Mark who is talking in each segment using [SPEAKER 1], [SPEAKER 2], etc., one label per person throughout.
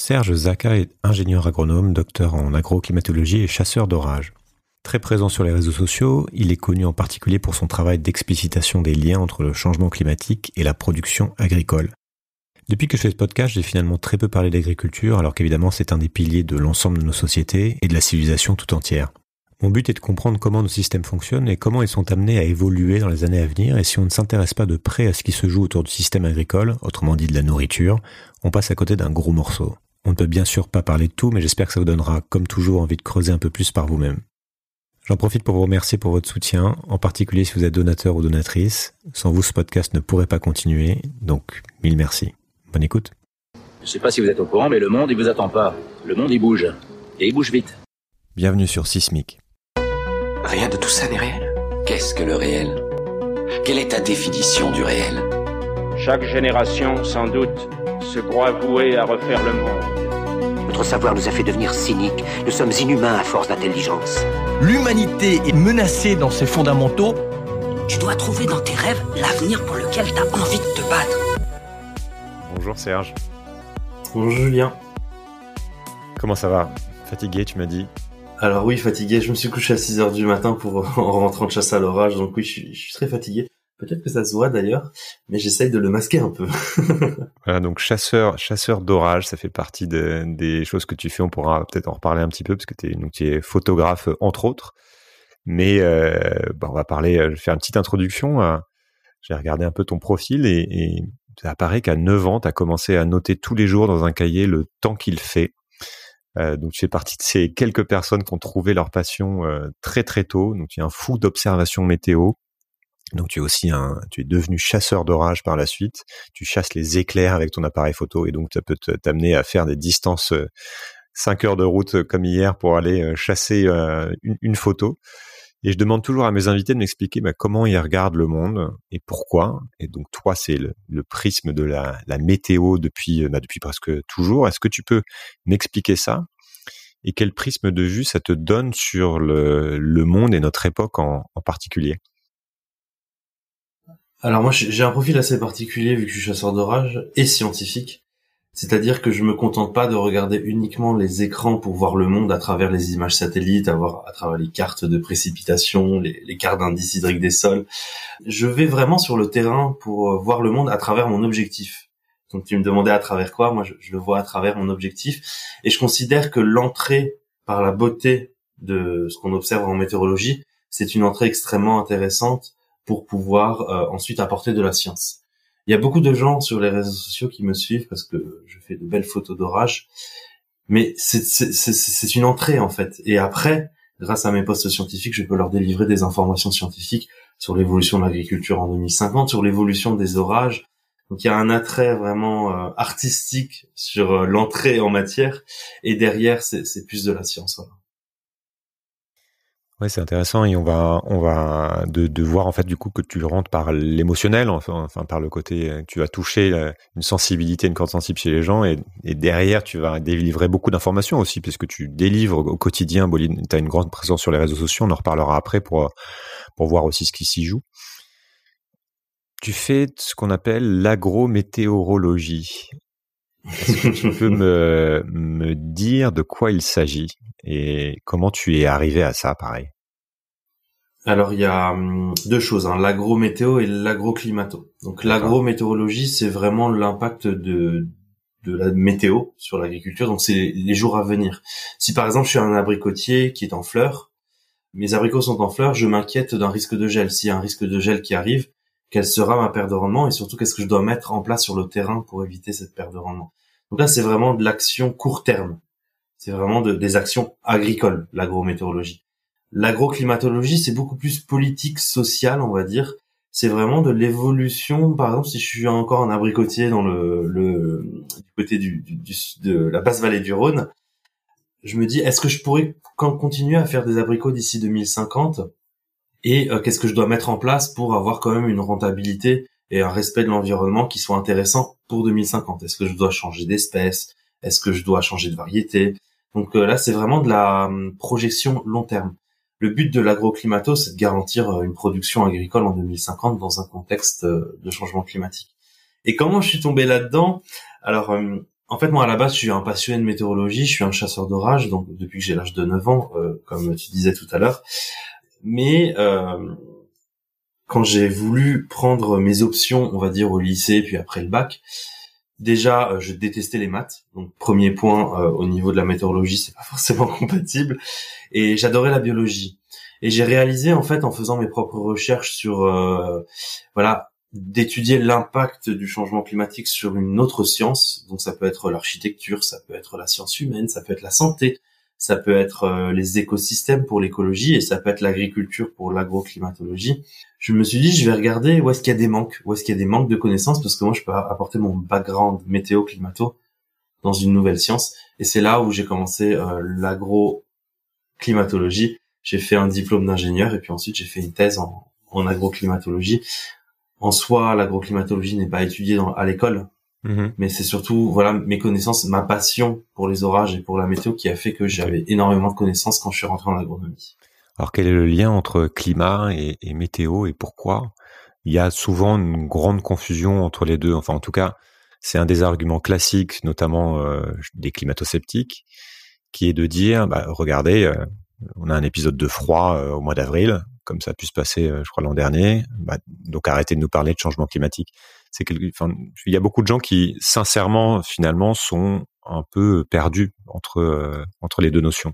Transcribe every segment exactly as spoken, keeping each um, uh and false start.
[SPEAKER 1] Serge Zaka est ingénieur agronome, docteur en agroclimatologie et chasseur d'orage. Très présent sur les réseaux sociaux, il est connu en particulier pour son travail d'explicitation des liens entre le changement climatique et la production agricole. Depuis que je fais ce podcast, j'ai finalement très peu parlé d'agriculture, alors qu'évidemment c'est un des piliers de l'ensemble de nos sociétés et de la civilisation tout entière. Mon but est de comprendre comment nos systèmes fonctionnent et comment ils sont amenés à évoluer dans les années à venir, et si on ne s'intéresse pas de près à ce qui se joue autour du système agricole, autrement dit de la nourriture, on passe à côté d'un gros morceau. On ne peut bien sûr pas parler de tout, mais j'espère que ça vous donnera, comme toujours, envie de creuser un peu plus par vous-même. J'en profite pour vous remercier pour votre soutien, en particulier si vous êtes donateur ou donatrice. Sans vous, ce podcast ne pourrait pas continuer, donc mille merci. Bonne écoute.
[SPEAKER 2] Je sais pas si vous êtes au courant, mais le monde, il vous attend pas. Le monde, il bouge. Et il bouge vite.
[SPEAKER 1] Bienvenue sur Sismic.
[SPEAKER 3] Rien de tout ça n'est réel. Qu'est-ce que le réel ? Quelle est ta définition du réel ?
[SPEAKER 4] Chaque génération, sans doute, se croit vouée à refaire le monde.
[SPEAKER 5] Notre savoir nous a fait devenir cyniques. Nous sommes inhumains à force d'intelligence.
[SPEAKER 6] L'humanité est menacée dans ses fondamentaux.
[SPEAKER 7] Tu dois trouver dans tes rêves l'avenir pour lequel tu as envie de te battre.
[SPEAKER 1] Bonjour Serge.
[SPEAKER 8] Bonjour Julien.
[SPEAKER 1] Comment ça va ? Fatigué, tu m'as dit ?
[SPEAKER 8] Alors oui, fatigué. Je me suis couché à six heures du matin pour en rentrant de chasse à l'orage, donc oui, je suis, je suis très fatigué. Peut-être que ça se voit d'ailleurs, mais j'essaye de le masquer un peu.
[SPEAKER 1] Voilà, donc chasseur, chasseur d'orage, ça fait partie de, des choses que tu fais. On pourra peut-être en reparler un petit peu parce que t'es, donc tu es photographe entre autres. Mais euh, bah, on va parler. Je vais faire une petite introduction. Euh, j'ai regardé un peu ton profil et, et ça apparaît qu'à neuf ans, tu as commencé à noter tous les jours dans un cahier le temps qu'il fait. Euh, donc tu fais partie de ces quelques personnes qui ont trouvé leur passion euh, très très tôt. Donc tu es un fou d'observation météo. Donc tu es aussi un, tu es devenu chasseur d'orage par la suite. Tu chasses les éclairs avec ton appareil photo et donc ça peut t'amener à faire des distances euh, cinq heures de route euh, comme hier pour aller euh, chasser euh, une, une photo. Et je demande toujours à mes invités de m'expliquer bah, comment ils regardent le monde et pourquoi. Et donc toi, c'est le, le prisme de la, la météo depuis, bah, depuis presque toujours. Est-ce que tu peux m'expliquer ça ? Et quel prisme de vue ça te donne sur le, le monde et notre époque en, en particulier ?
[SPEAKER 8] Alors moi, j'ai un profil assez particulier vu que je suis chasseur d'orage et scientifique. C'est-à-dire que je me contente pas de regarder uniquement les écrans pour voir le monde à travers les images satellites, à, voir, à travers les cartes de précipitation, les, les cartes d'indice hydrique des sols. Je vais vraiment sur le terrain pour voir le monde à travers mon objectif. Donc tu me demandais à travers quoi ? Moi, je, je le vois à travers mon objectif. Et je considère que l'entrée par la beauté de ce qu'on observe en météorologie, c'est une entrée extrêmement intéressante pour pouvoir euh, ensuite apporter de la science. Il y a beaucoup de gens sur les réseaux sociaux qui me suivent parce que je fais de belles photos d'orage, mais c'est, c'est, c'est, c'est une entrée en fait. Et après, grâce à mes postes scientifiques, je peux leur délivrer des informations scientifiques sur l'évolution de l'agriculture en deux mille cinquante, sur l'évolution des orages. Donc il y a un attrait vraiment euh, artistique sur euh, l'entrée en matière, et derrière c'est, c'est plus de la science. Voilà.
[SPEAKER 1] Ouais, c'est intéressant et on va on va de, de voir en fait du coup que tu rentres par l'émotionnel, enfin, enfin par le côté tu vas toucher la, une sensibilité, une corde sensible chez les gens et, et derrière tu vas délivrer beaucoup d'informations aussi puisque tu délivres au quotidien. Tu as une grande présence sur les réseaux sociaux, on en reparlera après pour pour voir aussi ce qui s'y joue. Tu fais ce qu'on appelle l'agrométéorologie. Est-ce que tu peux me me dire de quoi il s'agit et comment tu es arrivé à ça, pareil?
[SPEAKER 8] Alors il y a hum, deux choses, hein, l'agrométéo et l'agroclimato. Donc l'agrométéorologie, c'est vraiment l'impact de de la météo sur l'agriculture. Donc c'est les jours à venir. Si par exemple je suis un abricotier qui est en fleurs, mes abricots sont en fleurs, je m'inquiète d'un risque de gel. S'il y a un risque de gel qui arrive, quelle sera ma perte de rendement et surtout qu'est-ce que je dois mettre en place sur le terrain pour éviter cette perte de rendement. Donc là, c'est vraiment de l'action court terme. C'est vraiment de, des actions agricoles, l'agrométéorologie. L'agroclimatologie, c'est beaucoup plus politique, sociale, on va dire. C'est vraiment de l'évolution. Par exemple, si je suis encore un abricotier dans le, le du côté du, du, du de la basse vallée du Rhône, je me dis, est-ce que je pourrais continuer à faire des abricots d'ici deux mille cinquante ? Et euh, qu'est-ce que je dois mettre en place pour avoir quand même une rentabilité et un respect de l'environnement qui soit intéressant pour deux mille cinquante ? Est-ce que je dois changer d'espèce ? Est-ce que je dois changer de variété ? Donc euh, là, c'est vraiment de la euh, projection long terme. Le but de l'agroclimato, c'est de garantir euh, une production agricole en deux mille cinquante dans un contexte euh, de changement climatique. Et comment je suis tombé là-dedans ? Alors, euh, En fait, moi, à la base, je suis un passionné de météorologie, je suis un chasseur d'orage, donc depuis que j'ai l'âge de neuf ans, euh, comme tu disais tout à l'heure. Mais euh, quand j'ai voulu prendre mes options, on va dire, au lycée, puis après le bac, déjà, euh, je détestais les maths. Donc, premier point, euh, au niveau de la météorologie, c'est pas forcément compatible. Et j'adorais la biologie. Et j'ai réalisé, en fait, en faisant mes propres recherches sur, euh, voilà, d'étudier l'impact du changement climatique sur une autre science. Donc ça peut être l'architecture, ça peut être la science humaine, ça peut être la santé, ça peut être euh, les écosystèmes pour l'écologie et ça peut être l'agriculture pour l'agroclimatologie. Je me suis dit, je vais regarder où est-ce qu'il y a des manques, où est-ce qu'il y a des manques de connaissances, parce que moi je peux apporter mon background météo-climato dans une nouvelle science. Et c'est là où j'ai commencé euh, l'agroclimatologie. J'ai fait un diplôme d'ingénieur et puis ensuite j'ai fait une thèse en, en agroclimatologie. En soi, l'agroclimatologie n'est pas étudiée dans, à l'école, mmh. mais c'est surtout, voilà, mes connaissances, ma passion pour les orages et pour la météo qui a fait que j'avais okay. énormément de connaissances quand je suis rentré en agronomie.
[SPEAKER 1] Alors, quel est le lien entre climat et, et météo et pourquoi il y a souvent une grande confusion entre les deux? Enfin, en tout cas, c'est un des arguments classiques, notamment euh, des climato-sceptiques, qui est de dire, bah, regardez, euh, on a un épisode de froid euh, au mois d'avril, comme ça a pu se passer, euh, je crois, l'an dernier. Bah, donc, arrêtez de nous parler de changement climatique. C'est quelque, enfin, il y a beaucoup de gens qui, sincèrement, finalement, sont un peu perdus entre euh, entre les deux notions.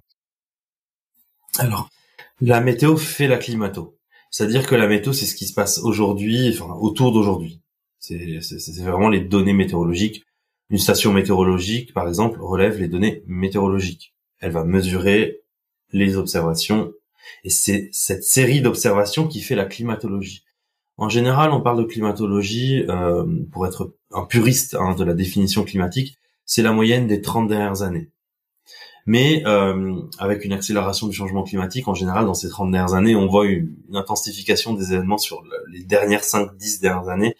[SPEAKER 8] Alors, la météo fait la climato. C'est-à-dire que la météo, c'est ce qui se passe aujourd'hui, enfin, autour d'aujourd'hui. C'est, c'est, c'est vraiment les données météorologiques. Une station météorologique, par exemple, relève les données météorologiques. Elle va mesurer les observations. Et c'est cette série d'observations qui fait la climatologie. En général, on parle de climatologie, euh, pour être un puriste hein, de la définition climatique, c'est la moyenne des trente dernières années. Mais euh, avec une accélération du changement climatique, en général, dans ces trente dernières années, on voit une, une intensification des événements sur le, les dernières cinq dix dernières années.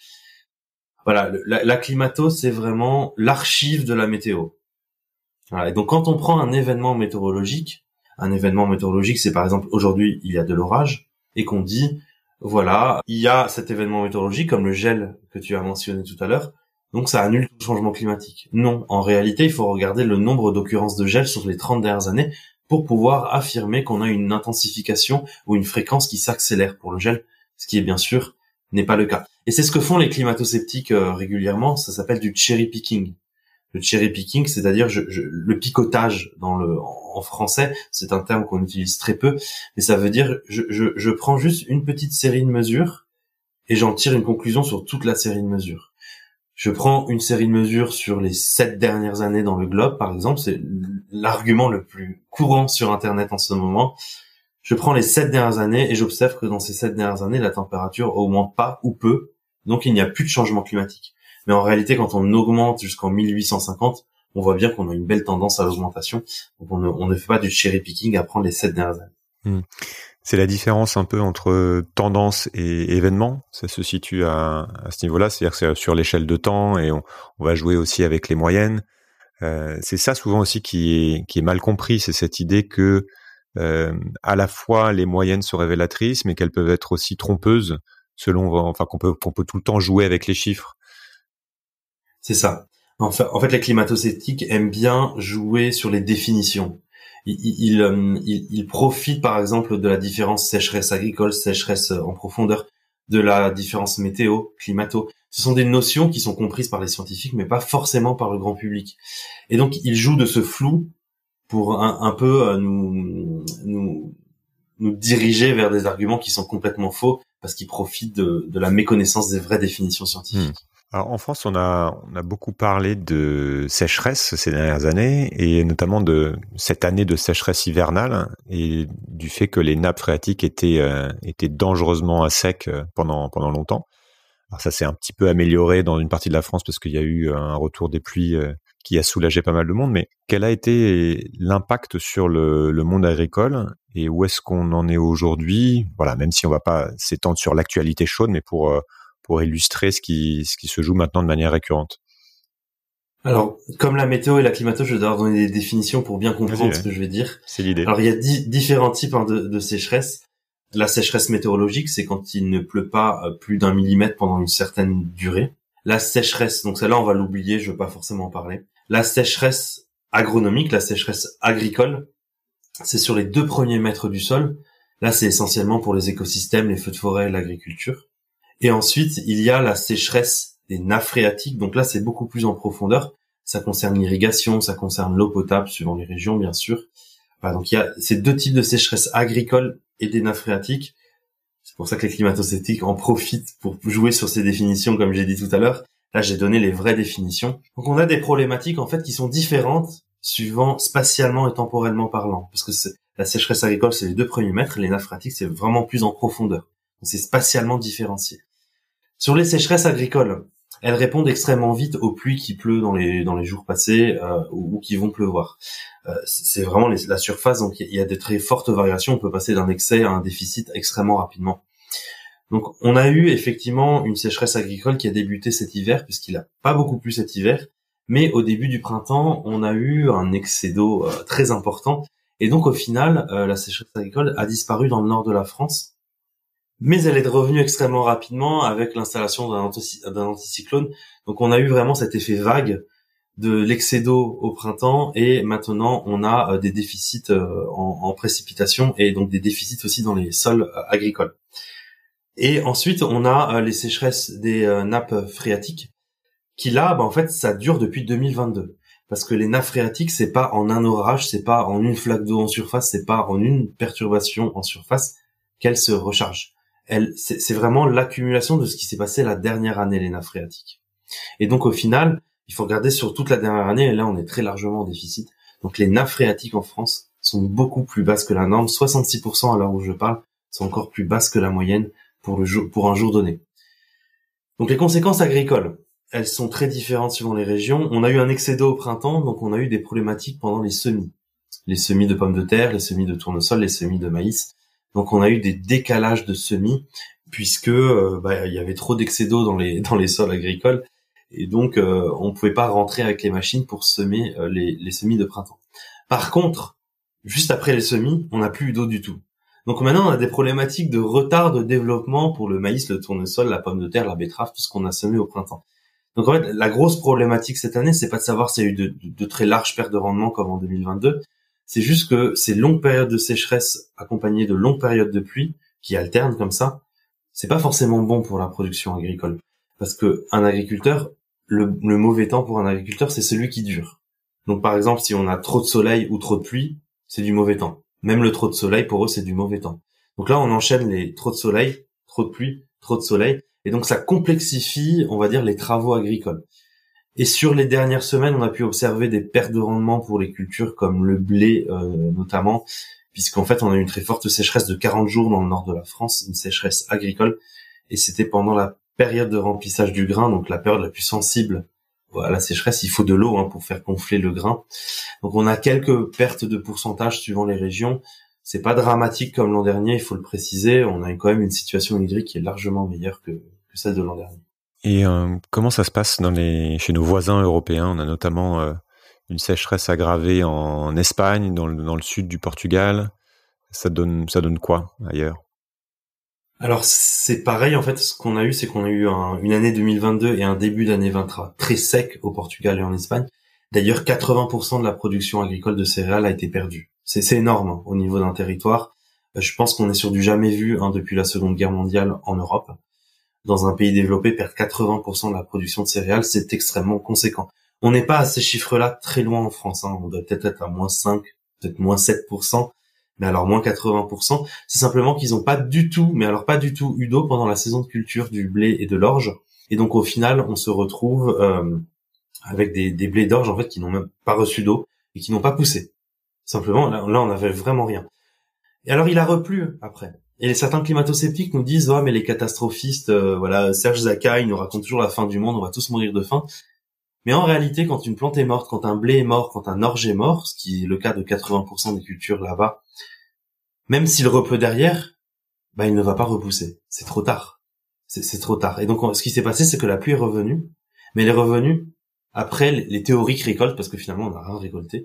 [SPEAKER 8] Voilà, le, la, la climato, c'est vraiment l'archive de la météo. Voilà, et donc, quand on prend un événement météorologique, un événement météorologique, c'est par exemple, aujourd'hui, il y a de l'orage, et qu'on dit, voilà, il y a cet événement météorologique, comme le gel que tu as mentionné tout à l'heure, donc ça annule tout le changement climatique. Non, en réalité, il faut regarder le nombre d'occurrences de gel sur les trente dernières années pour pouvoir affirmer qu'on a une intensification ou une fréquence qui s'accélère pour le gel, ce qui est bien sûr n'est pas le cas. Et c'est ce que font les climato-sceptiques euh, régulièrement, ça s'appelle du cherry picking. Le cherry picking, c'est-à-dire je, je, le picotage dans le en français, c'est un terme qu'on utilise très peu, mais ça veut dire je, je, je prends juste une petite série de mesures et j'en tire une conclusion sur toute la série de mesures. Je prends une série de mesures sur les sept dernières années dans le globe, par exemple, c'est l'argument le plus courant sur Internet en ce moment. Je prends les sept dernières années et j'observe que dans ces sept dernières années, la température augmente pas ou peu, donc il n'y a plus de changement climatique. Mais en réalité, quand on augmente jusqu'en mille huit cent cinquante, on voit bien qu'on a une belle tendance à l'augmentation. Donc on ne, on ne fait pas du cherry picking à prendre les sept dernières années.
[SPEAKER 1] Mmh. C'est la différence un peu entre tendance et événement. Ça se situe à, à ce niveau-là, c'est-à-dire que c'est sur l'échelle de temps et on, on va jouer aussi avec les moyennes. Euh, c'est ça souvent aussi qui est, qui est mal compris, c'est cette idée que euh, à la fois les moyennes sont révélatrices, mais qu'elles peuvent être aussi trompeuses selon, enfin qu'on peut, qu'on peut tout le temps jouer avec les chiffres.
[SPEAKER 8] C'est ça. En fait, en fait, les climato-sceptiques aiment bien jouer sur les définitions. Ils, ils, ils, ils profitent, par exemple, de la différence sécheresse agricole, sécheresse en profondeur, de la différence météo, climato. Ce sont des notions qui sont comprises par les scientifiques, mais pas forcément par le grand public. Et donc, ils jouent de ce flou pour un, un peu nous, nous, nous diriger vers des arguments qui sont complètement faux, parce qu'ils profitent de, de la méconnaissance des vraies définitions scientifiques.
[SPEAKER 1] Mmh. Alors en France, on a on a beaucoup parlé de sécheresse ces dernières années et notamment de cette année de sécheresse hivernale et du fait que les nappes phréatiques étaient euh, étaient dangereusement à sec pendant pendant longtemps. Alors ça s'est un petit peu amélioré dans une partie de la France parce qu'il y a eu un retour des pluies euh, qui a soulagé pas mal de monde. Mais quel a été l'impact sur le, le monde agricole et où est-ce qu'on en est aujourd'hui? Voilà, même si on va pas s'étendre sur l'actualité chaude, mais pour euh, pour illustrer ce qui, ce qui se joue maintenant de manière récurrente.
[SPEAKER 8] Alors, comme la météo et la climato, je vais devoir donner des définitions pour bien comprendre ce que je vais dire.
[SPEAKER 1] C'est l'idée.
[SPEAKER 8] Alors, il y a di- différents types hein, de, de sécheresse. La sécheresse météorologique, c'est quand il ne pleut pas plus d'un millimètre pendant une certaine durée. La sécheresse, donc celle-là, on va l'oublier, je veux pas forcément en parler. La sécheresse agronomique, la sécheresse agricole, c'est sur les deux premiers mètres du sol. Là, c'est essentiellement pour les écosystèmes, les feux de forêt, l'agriculture. Et ensuite, il y a la sécheresse des nappes phréatiques. Donc là, c'est beaucoup plus en profondeur. Ça concerne l'irrigation, ça concerne l'eau potable, suivant les régions, bien sûr. Voilà, donc il y a ces deux types de sécheresse agricole et des nappes phréatiques. C'est pour ça que les climato-sceptiques en profitent pour jouer sur ces définitions, comme j'ai dit tout à l'heure. Là, j'ai donné les vraies définitions. Donc, on a des problématiques, en fait, qui sont différentes suivant spatialement et temporellement parlant. Parce que c'est, la sécheresse agricole, c'est les deux premiers mètres. Les nappes phréatiques, c'est vraiment plus en profondeur. Donc, c'est spatialement différencié. Sur les sécheresses agricoles, elles répondent extrêmement vite aux pluies qui pleuvent dans les, dans les jours passés, euh, ou, ou qui vont pleuvoir. Euh, c'est vraiment les, la surface. Donc, il y a de très fortes variations. On peut passer d'un excès à un déficit extrêmement rapidement. Donc, on a eu effectivement une sécheresse agricole qui a débuté cet hiver, puisqu'il a pas beaucoup plu cet hiver, mais au début du printemps, on a eu un excès d'eau euh, très important, et donc au final, euh, la sécheresse agricole a disparu dans le nord de la France, mais elle est revenue extrêmement rapidement avec l'installation d'un, anti- d'un anticyclone. Donc, on a eu vraiment cet effet vague de l'excès d'eau au printemps, et maintenant, on a euh, des déficits euh, en, en précipitation, et donc des déficits aussi dans les sols euh, agricoles. Et ensuite, on a euh, les sécheresses des euh, nappes phréatiques, qui là, bah, en fait, ça dure depuis deux mille vingt-deux. Parce que les nappes phréatiques, c'est pas en un orage, c'est pas en une flaque d'eau en surface, c'est pas en une perturbation en surface qu'elles se rechargent. Elles, c'est, c'est vraiment l'accumulation de ce qui s'est passé la dernière année, les nappes phréatiques. Et donc, au final, il faut regarder sur toute la dernière année, et là, on est très largement en déficit. Donc, les nappes phréatiques en France sont beaucoup plus basses que la norme. soixante-six pour cent à l'heure où je parle sont encore plus basses que la moyenne pour le jour, pour un jour donné. Donc les conséquences agricoles, elles sont très différentes suivant les régions. On a eu un excès d'eau au printemps, donc on a eu des problématiques pendant les semis. Les semis de pommes de terre, les semis de tournesol, les semis de maïs. Donc on a eu des décalages de semis, puisque euh, bah, il y avait trop d'excès d'eau dans les, dans les sols agricoles, et donc euh, on pouvait pas rentrer avec les machines pour semer euh, les, les semis de printemps. Par contre, juste après les semis, on n'a plus eu d'eau du tout. Donc maintenant, on a des problématiques de retard de développement pour le maïs, le tournesol, la pomme de terre, la betterave, tout ce qu'on a semé au printemps. Donc en fait, la grosse problématique cette année, c'est pas de savoir s'il y a eu de, de, de très larges pertes de rendement comme en deux mille vingt-deux, c'est juste que ces longues périodes de sécheresse accompagnées de longues périodes de pluie, qui alternent comme ça, c'est pas forcément bon pour la production agricole. Parce que un agriculteur, le, le mauvais temps pour un agriculteur, c'est celui qui dure. Donc par exemple, si on a trop de soleil ou trop de pluie, c'est du mauvais temps. Même le trop de soleil, pour eux, c'est du mauvais temps. Donc là, on enchaîne les trop de soleil, trop de pluie, trop de soleil. Et donc, ça complexifie, on va dire, les travaux agricoles. Et sur les dernières semaines, on a pu observer des pertes de rendement pour les cultures comme le blé, euh, notamment, puisqu'en fait, on a eu une très forte sécheresse de quarante jours dans le nord de la France, une sécheresse agricole. Et c'était pendant la période de remplissage du grain, donc la période la plus sensible à la sécheresse. Il faut de l'eau hein, pour faire gonfler le grain. Donc on a quelques pertes de pourcentage suivant les régions. C'est pas dramatique comme l'an dernier, il faut le préciser. On a quand même une situation hydrique qui est largement meilleure que, que celle de l'an dernier.
[SPEAKER 1] Et euh, comment ça se passe dans les chez nos voisins européens? On a notamment euh, une sécheresse aggravée en Espagne, dans le, dans le sud du Portugal. Ça donne ça donne quoi ailleurs?
[SPEAKER 8] Alors c'est pareil en fait. Ce qu'on a eu, c'est qu'on a eu un, une année deux mille vingt-deux et un début d'année vingt-trois très sec au Portugal et en Espagne. D'ailleurs, quatre-vingts pour cent de la production agricole de céréales a été perdue. C'est, c'est énorme hein, au niveau d'un territoire. Je pense qu'on est sur du jamais vu hein, depuis la Seconde Guerre mondiale en Europe. Dans un pays développé, perdre quatre-vingts pour cent de la production de céréales, c'est extrêmement conséquent. On n'est pas à ces chiffres-là très loin en France. Hein. On doit peut-être être à moins cinq, peut-être moins sept pour cent. Mais alors moins quatre-vingts pour cent, c'est simplement qu'ils n'ont pas du tout, mais alors pas du tout eu d'eau pendant la saison de culture du blé et de l'orge. Et donc au final, on se retrouve euh, avec des, des blés d'orge en fait qui n'ont même pas reçu d'eau et qui n'ont pas poussé. Simplement, là, là on n'avait vraiment rien. Et alors il a replu après. Et certains climato-sceptiques nous disent « Oh mais les catastrophistes, euh, voilà, Serge Zaka, il nous raconte toujours la fin du monde, on va tous mourir de faim. » Mais en réalité, quand une plante est morte, quand un blé est mort, quand un orge est mort, ce qui est le cas de quatre-vingts pour cent des cultures là-bas, même s'il repleut derrière, bah il ne va pas repousser. C'est trop tard. C'est, c'est trop tard. Et donc ce qui s'est passé, c'est que la pluie est revenue, mais elle est revenue après les théoriques récoltes, parce que finalement on n'a rien récolté,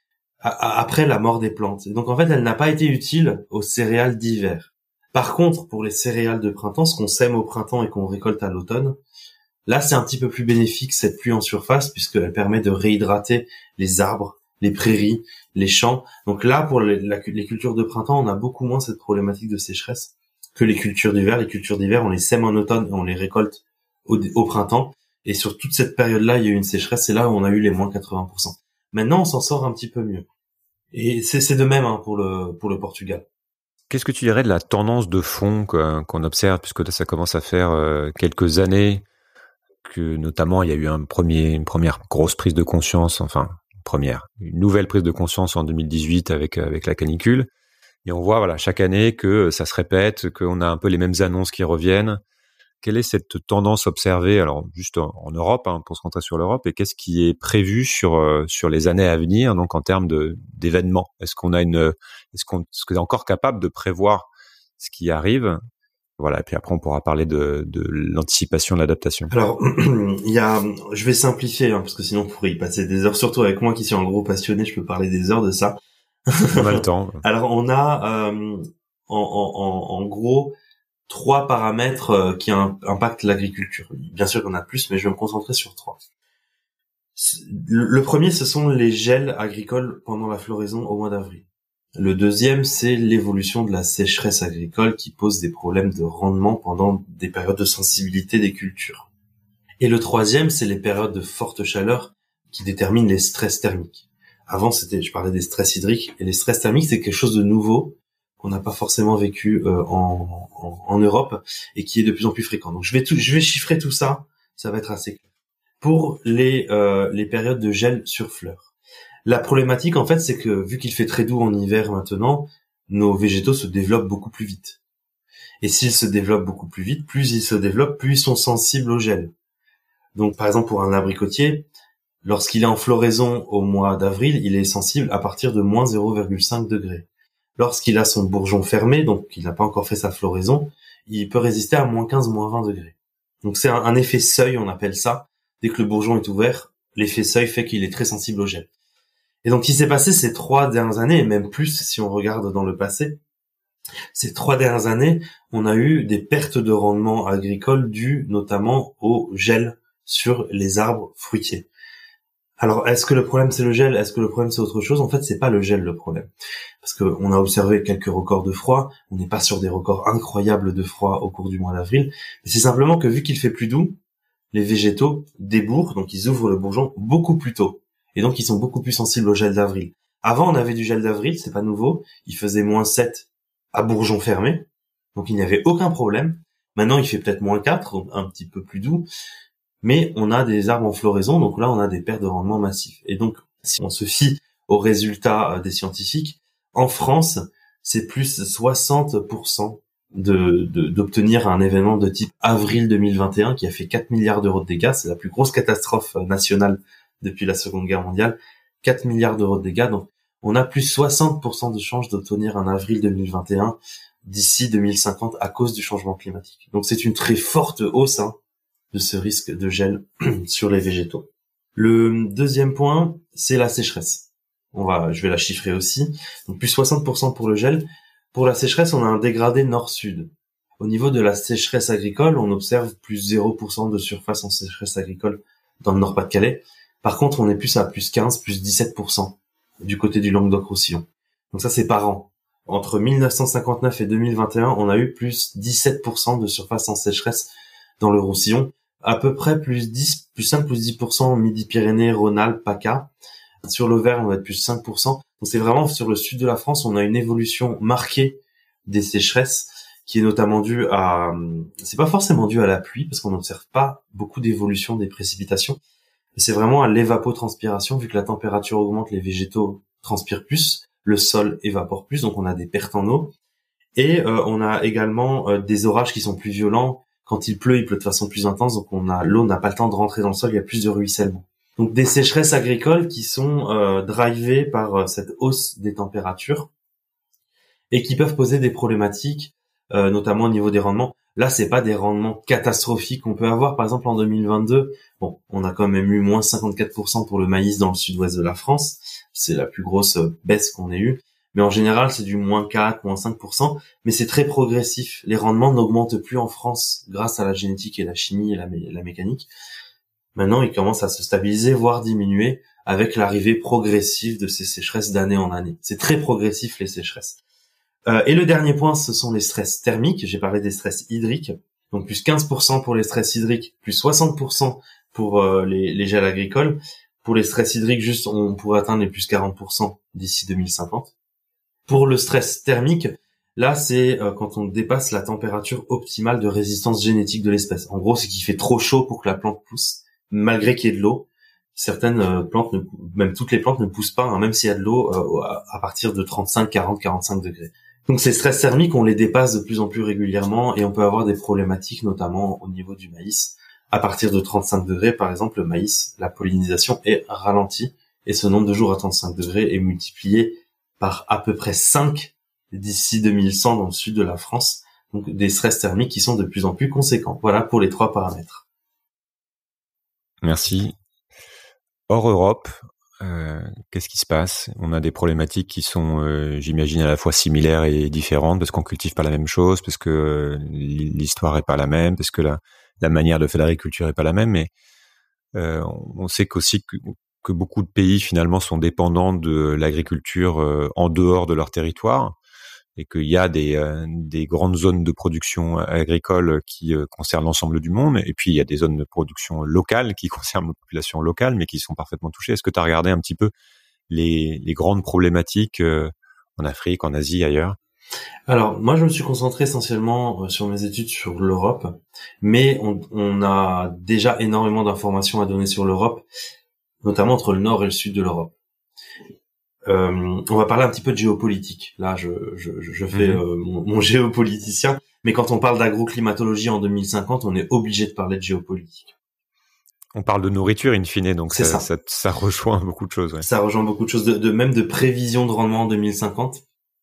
[SPEAKER 8] après la mort des plantes. Et donc en fait, elle n'a pas été utile aux céréales d'hiver. Par contre, pour les céréales de printemps, ce qu'on sème au printemps et qu'on récolte à l'automne, Là, c'est un petit peu plus bénéfique cette pluie en surface puisqu'elle permet de réhydrater les arbres, les prairies, les champs. Donc là, pour les, la, les cultures de printemps, on a beaucoup moins cette problématique de sécheresse que les cultures d'hiver. Les cultures d'hiver, on les sème en automne et on les récolte au, au printemps. Et sur toute cette période-là, il y a eu une sécheresse. C'est là où on a eu les moins quatre-vingts pour cent. Maintenant, on s'en sort un petit peu mieux. Et c'est, c'est de même hein, pour le pour le Portugal.
[SPEAKER 1] Qu'est-ce que tu dirais de la tendance de fond qu'on observe, puisque ça commence à faire euh, quelques années que notamment il y a eu un premier, une première grosse prise de conscience, enfin une première, une nouvelle prise de conscience en deux mille dix-huit avec avec la canicule, et on voit voilà chaque année que ça se répète, qu'on a un peu les mêmes annonces qui reviennent. Quelle est cette tendance observée, alors juste en, en Europe, hein, pour se concentrer sur l'Europe, et qu'est-ce qui est prévu sur euh, sur les années à venir, donc en termes de d'événements? Est-ce qu'on a une, est-ce qu'on, est-ce qu'on est encore capable de prévoir ce qui arrive? Voilà, et puis après on pourra parler de, de l'anticipation, de l'adaptation.
[SPEAKER 8] Alors, il y a, je vais simplifier, hein, parce que sinon on pourrait y passer des heures, surtout avec moi qui suis un gros passionné, je peux parler des heures de ça.
[SPEAKER 1] On a le temps.
[SPEAKER 8] Alors, on a, euh, en, en, en gros, trois paramètres euh, qui impactent l'agriculture. Bien sûr qu'il y en a plus, mais je vais me concentrer sur trois. Le, le premier, ce sont les gels agricoles pendant la floraison au mois d'avril. Le deuxième, c'est l'évolution de la sécheresse agricole qui pose des problèmes de rendement pendant des périodes de sensibilité des cultures. Et le troisième, c'est les périodes de forte chaleur qui déterminent les stress thermiques. Avant, c'était, je parlais des stress hydriques, et les stress thermiques, c'est quelque chose de nouveau qu'on n'a pas forcément vécu euh, en, en, en Europe et qui est de plus en plus fréquent. Donc, je vais tout, je vais chiffrer tout ça, ça va être assez clair. Pour les euh, les périodes de gel sur fleurs. La problématique, en fait, c'est que vu qu'il fait très doux en hiver maintenant, nos végétaux se développent beaucoup plus vite. Et s'ils se développent beaucoup plus vite, plus ils se développent, plus ils sont sensibles au gel. Donc, par exemple, pour un abricotier, lorsqu'il est en floraison au mois d'avril, il est sensible à partir de moins zéro virgule cinq degrés. Lorsqu'il a son bourgeon fermé, donc qu'il n'a pas encore fait sa floraison, il peut résister à moins quinze, moins vingt degrés. Donc, c'est un, un effet seuil, on appelle ça. Dès que le bourgeon est ouvert, l'effet seuil fait qu'il est très sensible au gel. Et donc, ce qui s'est passé ces trois dernières années, et même plus si on regarde dans le passé, ces trois dernières années, on a eu des pertes de rendement agricole dues notamment au gel sur les arbres fruitiers. Alors, est-ce que le problème c'est le gel? Est-ce que le problème c'est autre chose? En fait, c'est pas le gel le problème. Parce que on a observé quelques records de froid, on n'est pas sur des records incroyables de froid au cours du mois d'avril, mais c'est simplement que vu qu'il fait plus doux, les végétaux débourrent, donc ils ouvrent le bourgeon beaucoup plus tôt. Et donc, ils sont beaucoup plus sensibles au gel d'avril. Avant, on avait du gel d'avril, c'est pas nouveau. Il faisait moins sept à bourgeon fermé. Donc, il n'y avait aucun problème. Maintenant, il fait peut-être moins quatre, donc un petit peu plus doux. Mais on a des arbres en floraison, donc là, on a des pertes de rendement massifs. Et donc, si on se fie aux résultats des scientifiques, en France, c'est plus soixante pour cent de, de, d'obtenir un événement de type avril deux mille vingt et un qui a fait quatre milliards d'euros de dégâts. C'est la plus grosse catastrophe nationale depuis la Seconde Guerre mondiale, quatre milliards d'euros de dégâts. Donc, on a plus soixante pour cent de chances d'obtenir un avril deux mille vingt et un d'ici deux mille cinquante à cause du changement climatique. Donc, c'est une très forte hausse hein, de ce risque de gel sur les végétaux. Le deuxième point, c'est la sécheresse. On va, je vais la chiffrer aussi. Donc, plus soixante pour cent pour le gel. Pour la sécheresse, on a un dégradé nord-sud. Au niveau de la sécheresse agricole, on observe plus zéro pour cent de surface en sécheresse agricole dans le Nord-Pas-de-Calais. Par contre, on est plus à plus quinze, plus dix-sept pour cent du côté du Languedoc-Roussillon. Donc ça, c'est par an. Entre mille neuf cent cinquante-neuf et deux mille vingt et un, on a eu plus dix-sept pour cent de surface en sécheresse dans le Roussillon. À peu près plus dix, plus cinq, plus dix pour cent en Midi-Pyrénées, Rhône-Alpes, PACA. Sur l'Auvergne, on va être plus cinq pour cent. Donc c'est vraiment sur le sud de la France, on a une évolution marquée des sécheresses qui est notamment due à, c'est pas forcément dû à la pluie parce qu'on n'observe pas beaucoup d'évolution des précipitations. C'est vraiment à l'évapotranspiration, vu que la température augmente, les végétaux transpirent plus, le sol évapore plus, donc on a des pertes en eau. Et euh, on a également euh, des orages qui sont plus violents. Quand il pleut, il pleut de façon plus intense, donc on a l'eau n'a pas le temps de rentrer dans le sol, il y a plus de ruissellement. Donc des sécheresses agricoles qui sont euh, drivées par euh, cette hausse des températures et qui peuvent poser des problématiques, euh, notamment au niveau des rendements. Là, c'est pas des rendements catastrophiques qu'on peut avoir. Par exemple, en deux mille vingt-deux, bon, on a quand même eu moins cinquante-quatre pour cent pour le maïs dans le sud-ouest de la France. C'est la plus grosse baisse qu'on ait eue. mais en général c'est du moins quatre, moins cinq pour cent, mais c'est très progressif. Les rendements n'augmentent plus en France grâce à la génétique et la chimie et la, mé- la mécanique. Maintenant, ils commencent à se stabiliser, voire diminuer avec l'arrivée progressive de ces sécheresses d'année en année. C'est très progressif, les sécheresses. Euh, et le dernier point, ce sont les stress thermiques. J'ai parlé des stress hydriques. Donc plus quinze pour cent pour les stress hydriques, plus soixante pour cent pour euh, les, les gels agricoles. Pour les stress hydriques, juste, on pourrait atteindre les plus quarante pour cent d'ici deux mille cinquante. Pour le stress thermique, là, c'est euh, quand on dépasse la température optimale de résistance génétique de l'espèce. En gros, c'est qu'il fait trop chaud pour que la plante pousse, malgré qu'il y ait de l'eau. Certaines euh, plantes, ne, même toutes les plantes ne poussent pas, hein, même s'il y a de l'eau, euh, à partir de trente-cinq, quarante, quarante-cinq degrés. Donc ces stress thermiques, on les dépasse de plus en plus régulièrement et on peut avoir des problématiques, notamment au niveau du maïs. À partir de trente-cinq degrés, par exemple, le maïs, la pollinisation est ralentie et ce nombre de jours à trente-cinq degrés est multiplié par à peu près cinq d'ici deux mille cent dans le sud de la France. Donc des stress thermiques qui sont de plus en plus conséquents. Voilà pour les trois paramètres.
[SPEAKER 1] Merci. Hors Europe, euh, qu'est-ce qui se passe? On a des problématiques qui sont, euh, j'imagine, à la fois similaires et différentes parce qu'on cultive pas la même chose, parce que euh, l'histoire est pas la même, parce que la, la manière de faire l'agriculture est pas la même. Mais euh, on sait qu'aussi que, que beaucoup de pays finalement sont dépendants de l'agriculture euh, en dehors de leur territoire, et qu'il y a des, euh, des grandes zones de production agricole qui euh, concernent l'ensemble du monde, et puis il y a des zones de production locales qui concernent la population locale, mais qui sont parfaitement touchées. Est-ce que tu as regardé un petit peu les, les grandes problématiques euh, en Afrique, en Asie, ailleurs?
[SPEAKER 8] Alors, moi, je me suis concentré essentiellement sur mes études sur l'Europe, mais on, on a déjà énormément d'informations à donner sur l'Europe, notamment entre le nord et le sud de l'Europe. Euh, on va parler un petit peu de géopolitique. Là, je, je, je fais mmh. euh, mon, mon géopoliticien. Mais quand on parle d'agroclimatologie en deux mille cinquante, on est obligé de parler de géopolitique.
[SPEAKER 1] On parle de nourriture in fine, donc ça, ça. Ça, ça rejoint beaucoup de choses. Ouais.
[SPEAKER 8] Ça rejoint beaucoup de choses, de, de même de prévision de rendement en deux mille cinquante.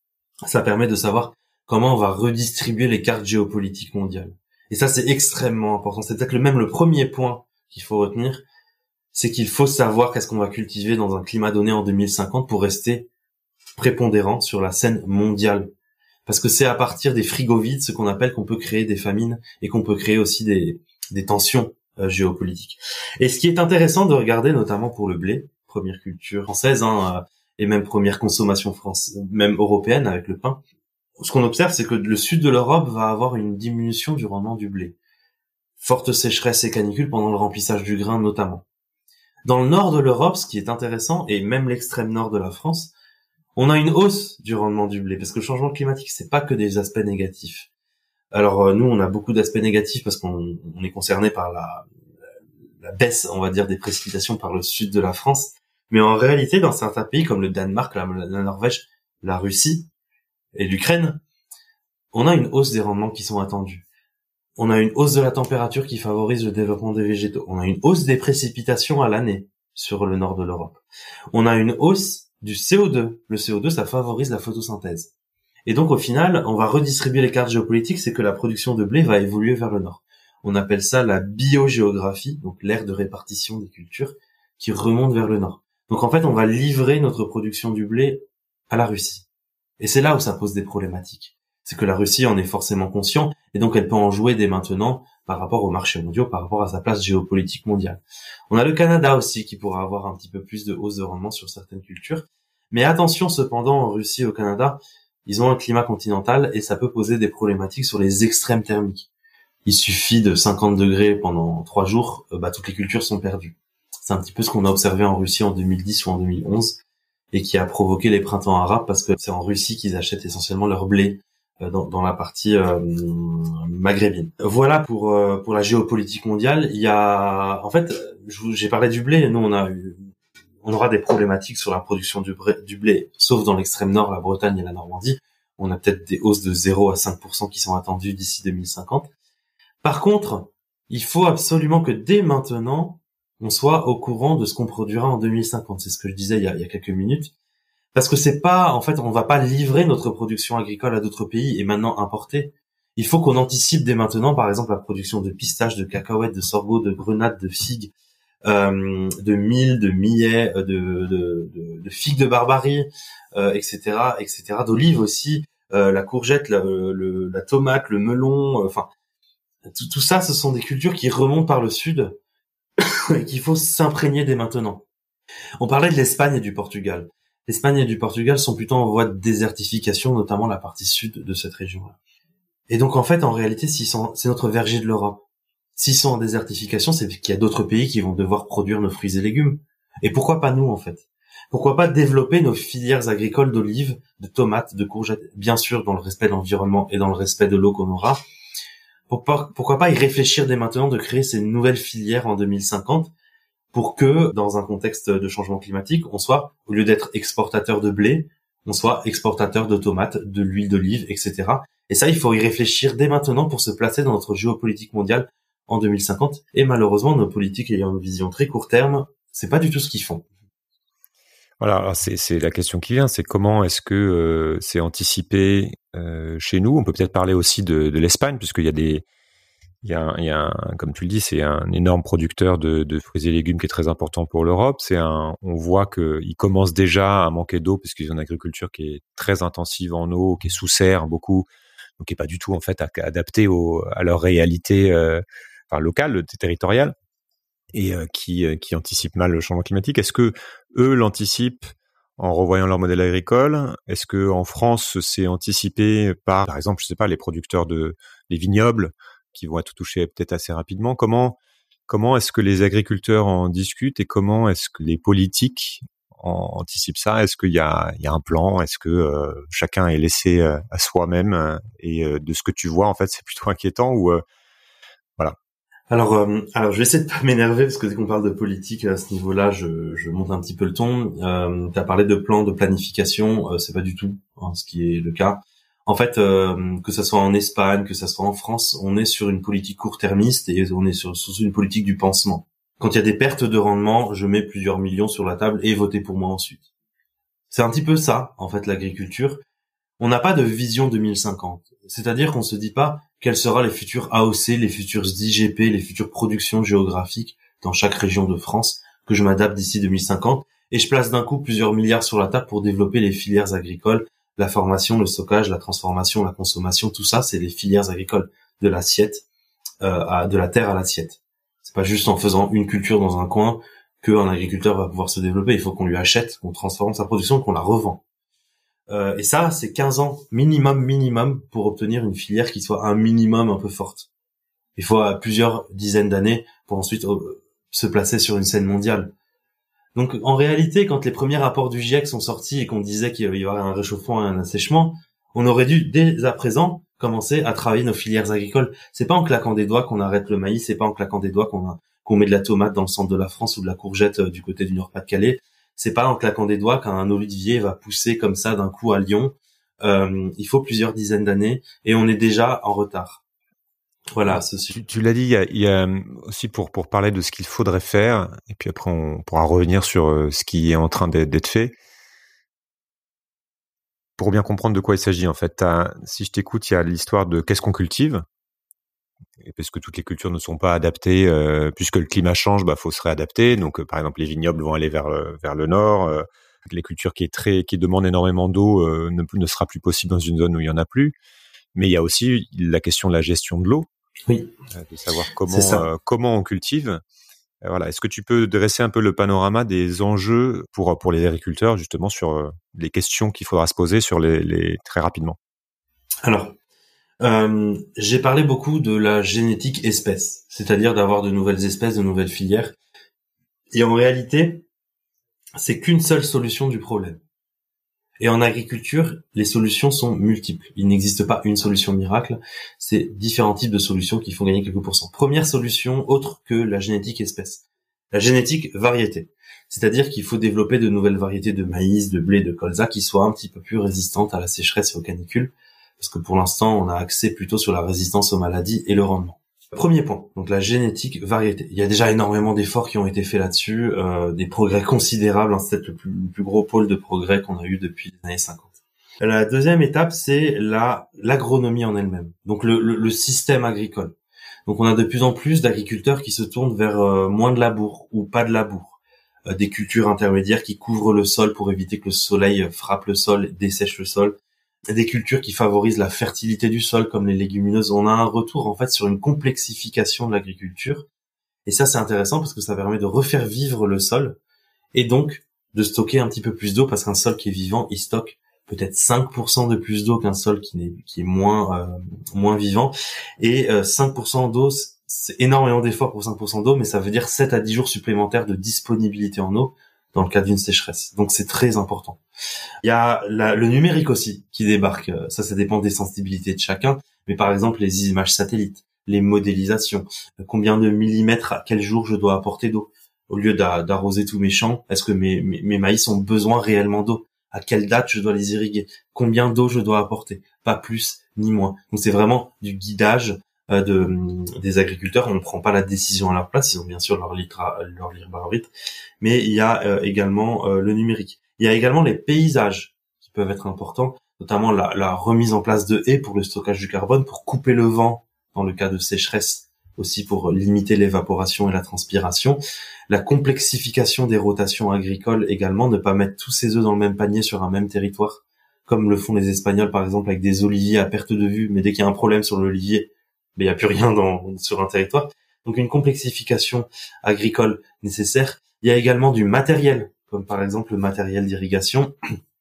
[SPEAKER 8] Ça permet de savoir comment on va redistribuer les cartes géopolitiques mondiales. Et ça, c'est extrêmement important. C'est peut-être le, même le premier point qu'il faut retenir. C'est qu'il faut savoir qu'est-ce qu'on va cultiver dans un climat donné en deux mille cinquante pour rester prépondérant sur la scène mondiale. Parce que c'est à partir des frigos vides, ce qu'on appelle, qu'on peut créer des famines et qu'on peut créer aussi des, des tensions euh, géopolitiques. Et ce qui est intéressant de regarder, notamment pour le blé, première culture française, hein, euh, et même première consommation française, même européenne avec le pain, ce qu'on observe, c'est que le sud de l'Europe va avoir une diminution du rendement du blé. Forte sécheresse et canicule pendant le remplissage du grain notamment. Dans le nord de l'Europe, ce qui est intéressant, et même l'extrême nord de la France, on a une hausse du rendement du blé, parce que le changement climatique, c'est pas que des aspects négatifs. Alors euh, nous, on a beaucoup d'aspects négatifs parce qu'on on est concerné par la, la baisse, on va dire, des précipitations par le sud de la France. Mais en réalité, dans certains pays comme le Danemark, la, la Norvège, la Russie et l'Ukraine, on a une hausse des rendements qui sont attendus. On a une hausse de la température qui favorise le développement des végétaux. On a une hausse des précipitations à l'année sur le nord de l'Europe. On a une hausse du C O deux. Le C O deux, ça favorise la photosynthèse. Et donc, au final, on va redistribuer les cartes géopolitiques, c'est que la production de blé va évoluer vers le nord. On appelle ça la biogéographie, donc l'aire de répartition des cultures, qui remonte vers le nord. Donc, en fait, on va livrer notre production du blé à la Russie. Et c'est là où ça pose des problématiques. C'est que la Russie en est forcément conscient, et donc elle peut en jouer dès maintenant par rapport aux marchés mondiaux, par rapport à sa place géopolitique mondiale. On a le Canada aussi qui pourra avoir un petit peu plus de hausse de rendement sur certaines cultures. Mais attention cependant, en Russie et au Canada, ils ont un climat continental et ça peut poser des problématiques sur les extrêmes thermiques. Il suffit de cinquante degrés pendant trois jours, bah, toutes les cultures sont perdues. C'est un petit peu ce qu'on a observé en Russie en deux mille dix ou en deux mille onze et qui a provoqué les printemps arabes parce que c'est en Russie qu'ils achètent essentiellement leur blé. Dans, dans la partie euh, maghrébine. Voilà pour euh, pour la géopolitique mondiale. Il y a, en fait, j'ai parlé du blé. Nous, on a eu, on aura des problématiques sur la production du, du blé, sauf dans l'extrême nord, la Bretagne et la Normandie. On a peut-être des hausses de zéro à cinq pour cent qui sont attendues d'ici deux mille cinquante. Par contre, il faut absolument que dès maintenant, on soit au courant de ce qu'on produira en deux mille cinquante. C'est ce que je disais il y a, il y a quelques minutes. Parce que c'est pas, en fait, on va pas livrer notre production agricole à d'autres pays et maintenant importer. Il faut qu'on anticipe dès maintenant, par exemple, la production de pistaches, de cacahuètes, de sorgho, de grenades, de figues, euh, de mil, de millet, de, de, de, de figues de Barbarie, euh, et cetera, et cetera, d'olives aussi, euh, la courgette, la, le, la tomate, le melon, enfin, tout, tout ça, ce sont des cultures qui remontent par le sud et qu'il faut s'imprégner dès maintenant. On parlait de l'Espagne et du Portugal. L'Espagne et du Portugal sont plutôt en voie de désertification, notamment la partie sud de cette région-là. Et donc, en fait, en réalité, s'ils sont, c'est notre verger de l'Europe. S'ils sont en désertification, c'est qu'il y a d'autres pays qui vont devoir produire nos fruits et légumes. Et pourquoi pas nous, en fait? Pourquoi pas développer nos filières agricoles d'olives, de tomates, de courgettes, bien sûr dans le respect de l'environnement et dans le respect de l'eau qu'on aura. Pourquoi pas y réfléchir dès maintenant de créer ces nouvelles filières en deux mille cinquante pour que, dans un contexte de changement climatique, on soit, au lieu d'être exportateur de blé, on soit exportateur de tomates, de l'huile d'olive, et cetera. Et ça, il faut y réfléchir dès maintenant pour se placer dans notre géopolitique mondiale en deux mille cinquante. Et malheureusement, nos politiques ayant une vision très court terme, c'est pas du tout ce qu'ils font.
[SPEAKER 1] Voilà, alors c'est, c'est la question qui vient, c'est comment est-ce que euh, c'est anticipé euh, chez nous. On peut peut-être parler aussi de, de l'Espagne, puisqu'il y a des, il y a, un, il y a un, comme tu le dis, c'est un énorme producteur de, de fruits et légumes qui est très important pour l'Europe. C'est un, on voit qu'ils commencent déjà à manquer d'eau, puisqu'ils ont une agriculture qui est très intensive en eau, qui est sous serre beaucoup, donc qui est pas du tout en fait adaptée au, à leur réalité, euh, enfin locale, territoriale. Et euh, qui, euh, qui anticipent mal le changement climatique. Est-ce que eux l'anticipent en revoyant leur modèle agricole? Est-ce que en France c'est anticipé par, par exemple, je sais pas, les producteurs de les vignobles qui vont être touchés peut-être assez rapidement? Comment comment est-ce que les agriculteurs en discutent et comment est-ce que les politiques en, anticipent ça? Est-ce qu'il y a il y a un plan? Est-ce que euh, chacun est laissé euh, à soi-même euh, et euh, de ce que tu vois en fait c'est plutôt inquiétant ou euh, voilà.
[SPEAKER 8] Alors, euh, alors, je vais essayer de pas m'énerver parce que dès qu'on parle de politique à ce niveau-là, je, je monte un petit peu le ton. Euh, tu as parlé de plan, de planification, euh, c'est pas du tout hein, ce qui est le cas. En fait, euh, que ça soit en Espagne, que ça soit en France, on est sur une politique court-termiste et on est sur, sur une politique du pansement. Quand il y a des pertes de rendement, je mets plusieurs millions sur la table et votez pour moi ensuite. C'est un petit peu ça, en fait, l'agriculture. On n'a pas de vision deux mille cinquante. C'est-à-dire qu'on se dit pas quels seront les futurs A O C, les futurs I G P, les futures productions géographiques dans chaque région de France, que je m'adapte d'ici deux mille cinquante, et je place d'un coup plusieurs milliards sur la table pour développer les filières agricoles, la formation, le stockage, la transformation, la consommation, tout ça, c'est les filières agricoles de l'assiette, euh, à, de la terre à l'assiette. C'est pas juste en faisant une culture dans un coin qu'un agriculteur va pouvoir se développer, il faut qu'on lui achète, qu'on transforme sa production, qu'on la revend. Euh, et ça, c'est quinze ans minimum, minimum pour obtenir une filière qui soit un minimum un peu forte. Il faut euh, plusieurs dizaines d'années pour ensuite euh, se placer sur une scène mondiale. Donc, en réalité, quand les premiers rapports du GIEC sont sortis et qu'on disait qu'il y aurait un réchauffement et un assèchement, on aurait dû, dès à présent, commencer à travailler nos filières agricoles. C'est pas en claquant des doigts qu'on arrête le maïs, c'est pas en claquant des doigts qu'on, a, qu'on met de la tomate dans le centre de la France ou de la courgette euh, du côté du Nord-Pas-de-Calais. C'est pas en claquant des doigts qu'un olivier va pousser comme ça d'un coup à Lyon. Euh, il faut plusieurs dizaines d'années et on est déjà en retard. Voilà. Ceci.
[SPEAKER 1] Tu, tu l'as dit, il y a, il y a aussi pour pour parler de ce qu'il faudrait faire et puis après on pourra revenir sur ce qui est en train d'être fait. Pour bien comprendre de quoi il s'agit, en fait, t'as, si je t'écoute, il y a l'histoire de qu'est-ce qu'on cultive. Et parce que toutes les cultures ne sont pas adaptées, euh, puisque le climat change, bah faut se réadapter. Donc, euh, par exemple, les vignobles vont aller vers le, vers le nord. Euh, les cultures qui est très, qui demandent énormément d'eau, euh, ne, ne sera plus possible dans une zone où il y en a plus. Mais il y a aussi la question de la gestion de l'eau,
[SPEAKER 8] oui,
[SPEAKER 1] euh, de savoir comment, euh, comment on cultive. Euh, voilà. Est-ce que tu peux dresser un peu le panorama des enjeux pour pour les agriculteurs, justement, sur euh, les questions qu'il faudra se poser sur les, les très rapidement.
[SPEAKER 8] Alors. Euh, j'ai parlé beaucoup de la génétique espèce, c'est-à-dire d'avoir de nouvelles espèces, de nouvelles filières. Et en réalité, c'est qu'une seule solution du problème. Et en agriculture, les solutions sont multiples. Il n'existe pas une solution miracle. C'est différents types de solutions qui font gagner quelques pourcents. Première solution, autre que la génétique espèce. La génétique variété. C'est-à-dire qu'il faut développer de nouvelles variétés de maïs, de blé, de colza qui soient un petit peu plus résistantes à la sécheresse et aux canicules. Parce que pour l'instant, on a axé plutôt sur la résistance aux maladies et le rendement. Premier point, donc la génétique variété. Il y a déjà énormément d'efforts qui ont été faits là-dessus, euh, des progrès considérables, hein, c'est peut-être le plus, le plus gros pôle de progrès qu'on a eu depuis les années cinquante. La deuxième étape, c'est la l'agronomie en elle-même, donc le, le, le système agricole. Donc on a de plus en plus d'agriculteurs qui se tournent vers euh, moins de labour ou pas de labour, euh, des cultures intermédiaires qui couvrent le sol pour éviter que le soleil frappe le sol, dessèche le sol, des cultures qui favorisent la fertilité du sol comme les légumineuses. On a un retour en fait sur une complexification de l'agriculture, et ça c'est intéressant parce que ça permet de refaire vivre le sol et donc de stocker un petit peu plus d'eau, parce qu'un sol qui est vivant, il stocke peut-être cinq pour cent de plus d'eau qu'un sol qui est, qui est moins euh, moins vivant. Et euh, cinq pour cent d'eau, c'est énormément d'efforts pour cinq pour cent d'eau, mais ça veut dire sept à dix jours supplémentaires de disponibilité en eau dans le cas d'une sécheresse. Donc c'est très important. Il y a la, le numérique aussi qui débarque. Ça, ça dépend des sensibilités de chacun. Mais par exemple, les images satellites, les modélisations, combien de millimètres à quel jour je dois apporter d'eau. Au lieu d'arroser tous mes champs, est-ce que mes, mes, mes maïs ont besoin réellement d'eau? À quelle date je dois les irriguer? Combien d'eau je dois apporter? Pas plus ni moins. Donc c'est vraiment du guidage euh, de des agriculteurs. On ne prend pas la décision à leur place. Ils ont bien sûr leur litre, leur libre arbitre, mais il y a euh, également euh, le numérique. Il y a également les paysages qui peuvent être importants, notamment la, la remise en place de haies pour le stockage du carbone, pour couper le vent dans le cas de sécheresse, aussi pour limiter l'évaporation et la transpiration. La complexification des rotations agricoles également, ne pas mettre tous ses œufs dans le même panier sur un même territoire, comme le font les Espagnols par exemple avec des oliviers à perte de vue, mais dès qu'il y a un problème sur l'olivier, ben, il n'y a plus rien dans, sur un territoire. Donc une complexification agricole nécessaire. Il y a également du matériel, comme par exemple le matériel d'irrigation,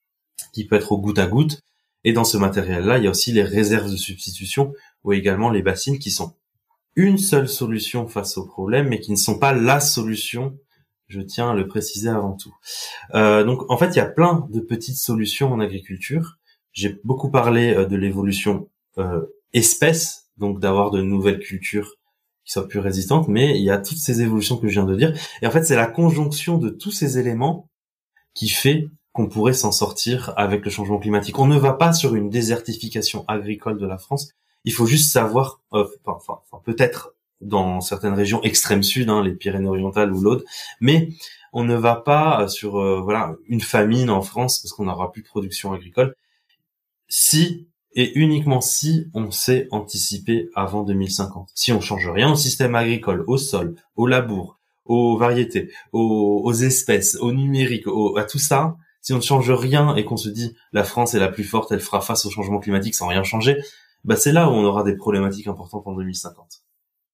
[SPEAKER 8] qui peut être au goutte à goutte. Et dans ce matériel-là, il y a aussi les réserves de substitution, ou également les bassines qui sont une seule solution face au problème, mais qui ne sont pas la solution, je tiens à le préciser avant tout. Euh, donc en fait, il y a plein de petites solutions en agriculture. J'ai beaucoup parlé euh, de l'évolution euh, espèce, donc d'avoir de nouvelles cultures qui soient plus résistantes, mais il y a toutes ces évolutions que je viens de dire. Et en fait, c'est la conjonction de tous ces éléments qui fait qu'on pourrait s'en sortir avec le changement climatique. On ne va pas sur une désertification agricole de la France. Il faut juste savoir, euh, enfin, enfin, peut-être dans certaines régions extrême sud, hein, les Pyrénées-Orientales ou l'Aude, mais on ne va pas sur euh, voilà une famine en France parce qu'on n'aura plus de production agricole. Si et uniquement si on sait anticiper avant deux mille cinquante. Si on change rien au système agricole, au sol, au labour, aux variétés, aux, aux espèces, au numérique, au, à tout ça, si on ne change rien et qu'on se dit la France est la plus forte, elle fera face au changement climatique sans rien changer, bah c'est là où on aura des problématiques importantes en deux mille cinquante.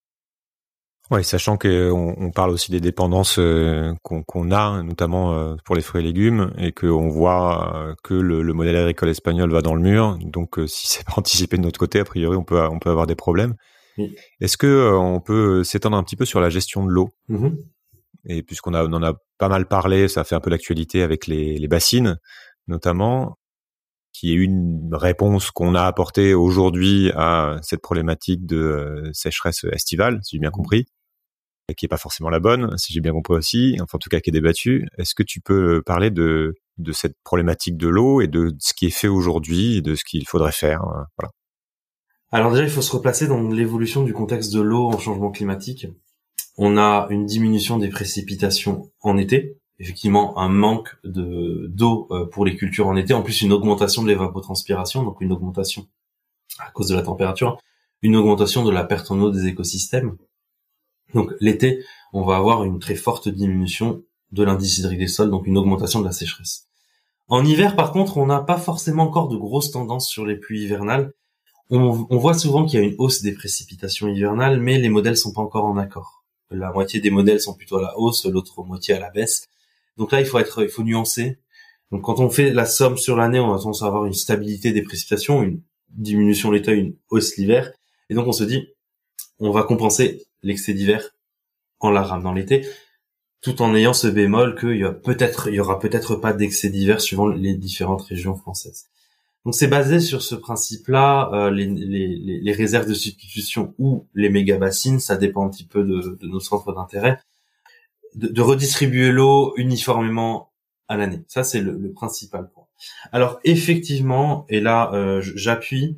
[SPEAKER 1] Ouais, sachant qu'on on parle aussi des dépendances euh, qu'on, qu'on a, notamment euh, pour les fruits et légumes, et qu'on voit euh, que le, le modèle agricole espagnol va dans le mur. Donc, euh, si c'est pas anticipé de notre côté, a priori, on peut on peut avoir des problèmes. Oui. Est-ce que euh, on peut s'étendre un petit peu sur la gestion de l'eau? Mm-hmm. Et puisqu'on a, on en a pas mal parlé, ça fait un peu l'actualité avec les, les bassines, notamment, qui est une réponse qu'on a apportée aujourd'hui à cette problématique de euh, sécheresse estivale, si j'ai bien compris, et qui est pas forcément la bonne, si j'ai bien compris aussi, enfin en tout cas qui est débattue. Est-ce que tu peux parler de, de cette problématique de l'eau et de ce qui est fait aujourd'hui et de ce qu'il faudrait faire, euh, voilà.
[SPEAKER 8] Alors déjà, il faut se replacer dans l'évolution du contexte de l'eau en changement climatique. On a une diminution des précipitations en été, effectivement un manque de d'eau pour les cultures en été, en plus une augmentation de l'évapotranspiration, donc une augmentation à cause de la température, une augmentation de la perte en eau des écosystèmes. Donc l'été, on va avoir une très forte diminution de l'indice hydrique des sols, donc une augmentation de la sécheresse. En hiver, par contre, on n'a pas forcément encore de grosses tendances sur les pluies hivernales. On, on voit souvent qu'il y a une hausse des précipitations hivernales, mais les modèles sont pas encore en accord. La moitié des modèles sont plutôt à la hausse, l'autre moitié à la baisse. Donc là, il faut être, il faut nuancer. Donc quand on fait la somme sur l'année, on a tendance à avoir une stabilité des précipitations, une diminution l'été, une hausse l'hiver. Et donc on se dit, on va compenser l'excès d'hiver en la ramenant l'été, tout en ayant ce bémol qu'il y a peut-être, il y aura peut-être pas d'excès d'hiver suivant les différentes régions françaises. Donc c'est basé sur ce principe-là, euh, les, les, les réserves de substitution ou les méga-bassines, ça dépend un petit peu de, de nos centres d'intérêt, de, de redistribuer l'eau uniformément à l'année. Ça, c'est le, le principal point. Alors effectivement, et là euh, j'appuie,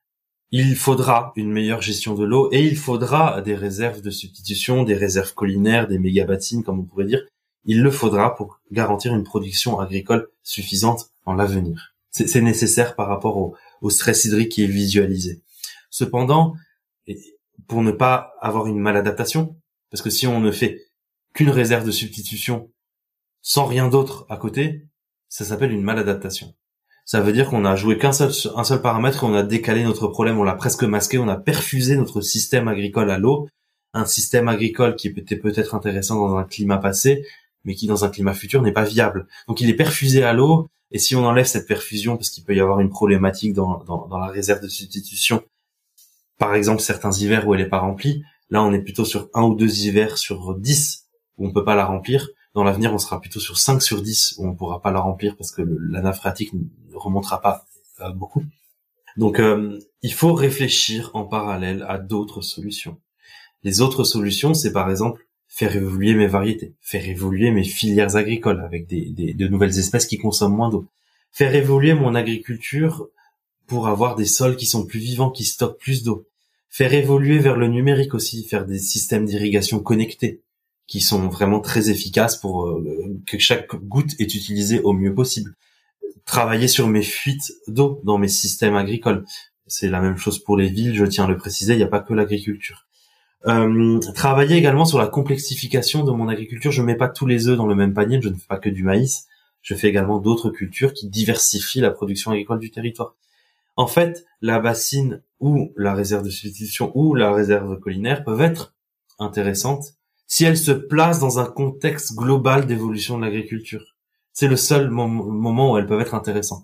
[SPEAKER 8] il faudra une meilleure gestion de l'eau et il faudra des réserves de substitution, des réserves collinaires, des méga-bassines, comme on pourrait dire. Il le faudra pour garantir une production agricole suffisante en l'avenir. C'est, c'est nécessaire par rapport au, au stress hydrique qui est visualisé. Cependant, pour ne pas avoir une maladaptation. Parce que si on ne fait qu'une réserve de substitution sans rien d'autre à côté, ça s'appelle une maladaptation. Ça veut dire qu'on a joué qu'un seul, un seul paramètre et on a décalé notre problème, on l'a presque masqué, on a perfusé notre système agricole à l'eau, un système agricole qui était peut-être intéressant dans un climat passé, mais qui dans un climat futur n'est pas viable. Donc il est perfusé à l'eau, et si on enlève cette perfusion, parce qu'il peut y avoir une problématique dans, dans, dans la réserve de substitution, par exemple certains hivers où elle n'est pas remplie, là on est plutôt sur un ou deux hivers sur dix où on peut pas la remplir. Dans l'avenir, on sera plutôt sur cinq sur dix où on pourra pas la remplir parce que le, la nappe phréatique ne remontera pas euh, beaucoup. Donc, euh, il faut réfléchir en parallèle à d'autres solutions. Les autres solutions, c'est par exemple faire évoluer mes variétés, faire évoluer mes filières agricoles avec des, des, de nouvelles espèces qui consomment moins d'eau, faire évoluer mon agriculture pour avoir des sols qui sont plus vivants, qui stockent plus d'eau, faire évoluer vers le numérique aussi, faire des systèmes d'irrigation connectés, qui sont vraiment très efficaces pour euh, que chaque goutte est utilisée au mieux possible. Travailler sur mes fuites d'eau dans mes systèmes agricoles. C'est la même chose pour les villes, je tiens à le préciser, il n'y a pas que l'agriculture. Euh, travailler également sur la complexification de mon agriculture. Je mets pas tous les œufs dans le même panier, je ne fais pas que du maïs. Je fais également d'autres cultures qui diversifient la production agricole du territoire. En fait, la bassine ou la réserve de substitution ou la réserve collinaire peuvent être intéressantes si elles se placent dans un contexte global d'évolution de l'agriculture. C'est le seul mom- moment où elles peuvent être intéressantes.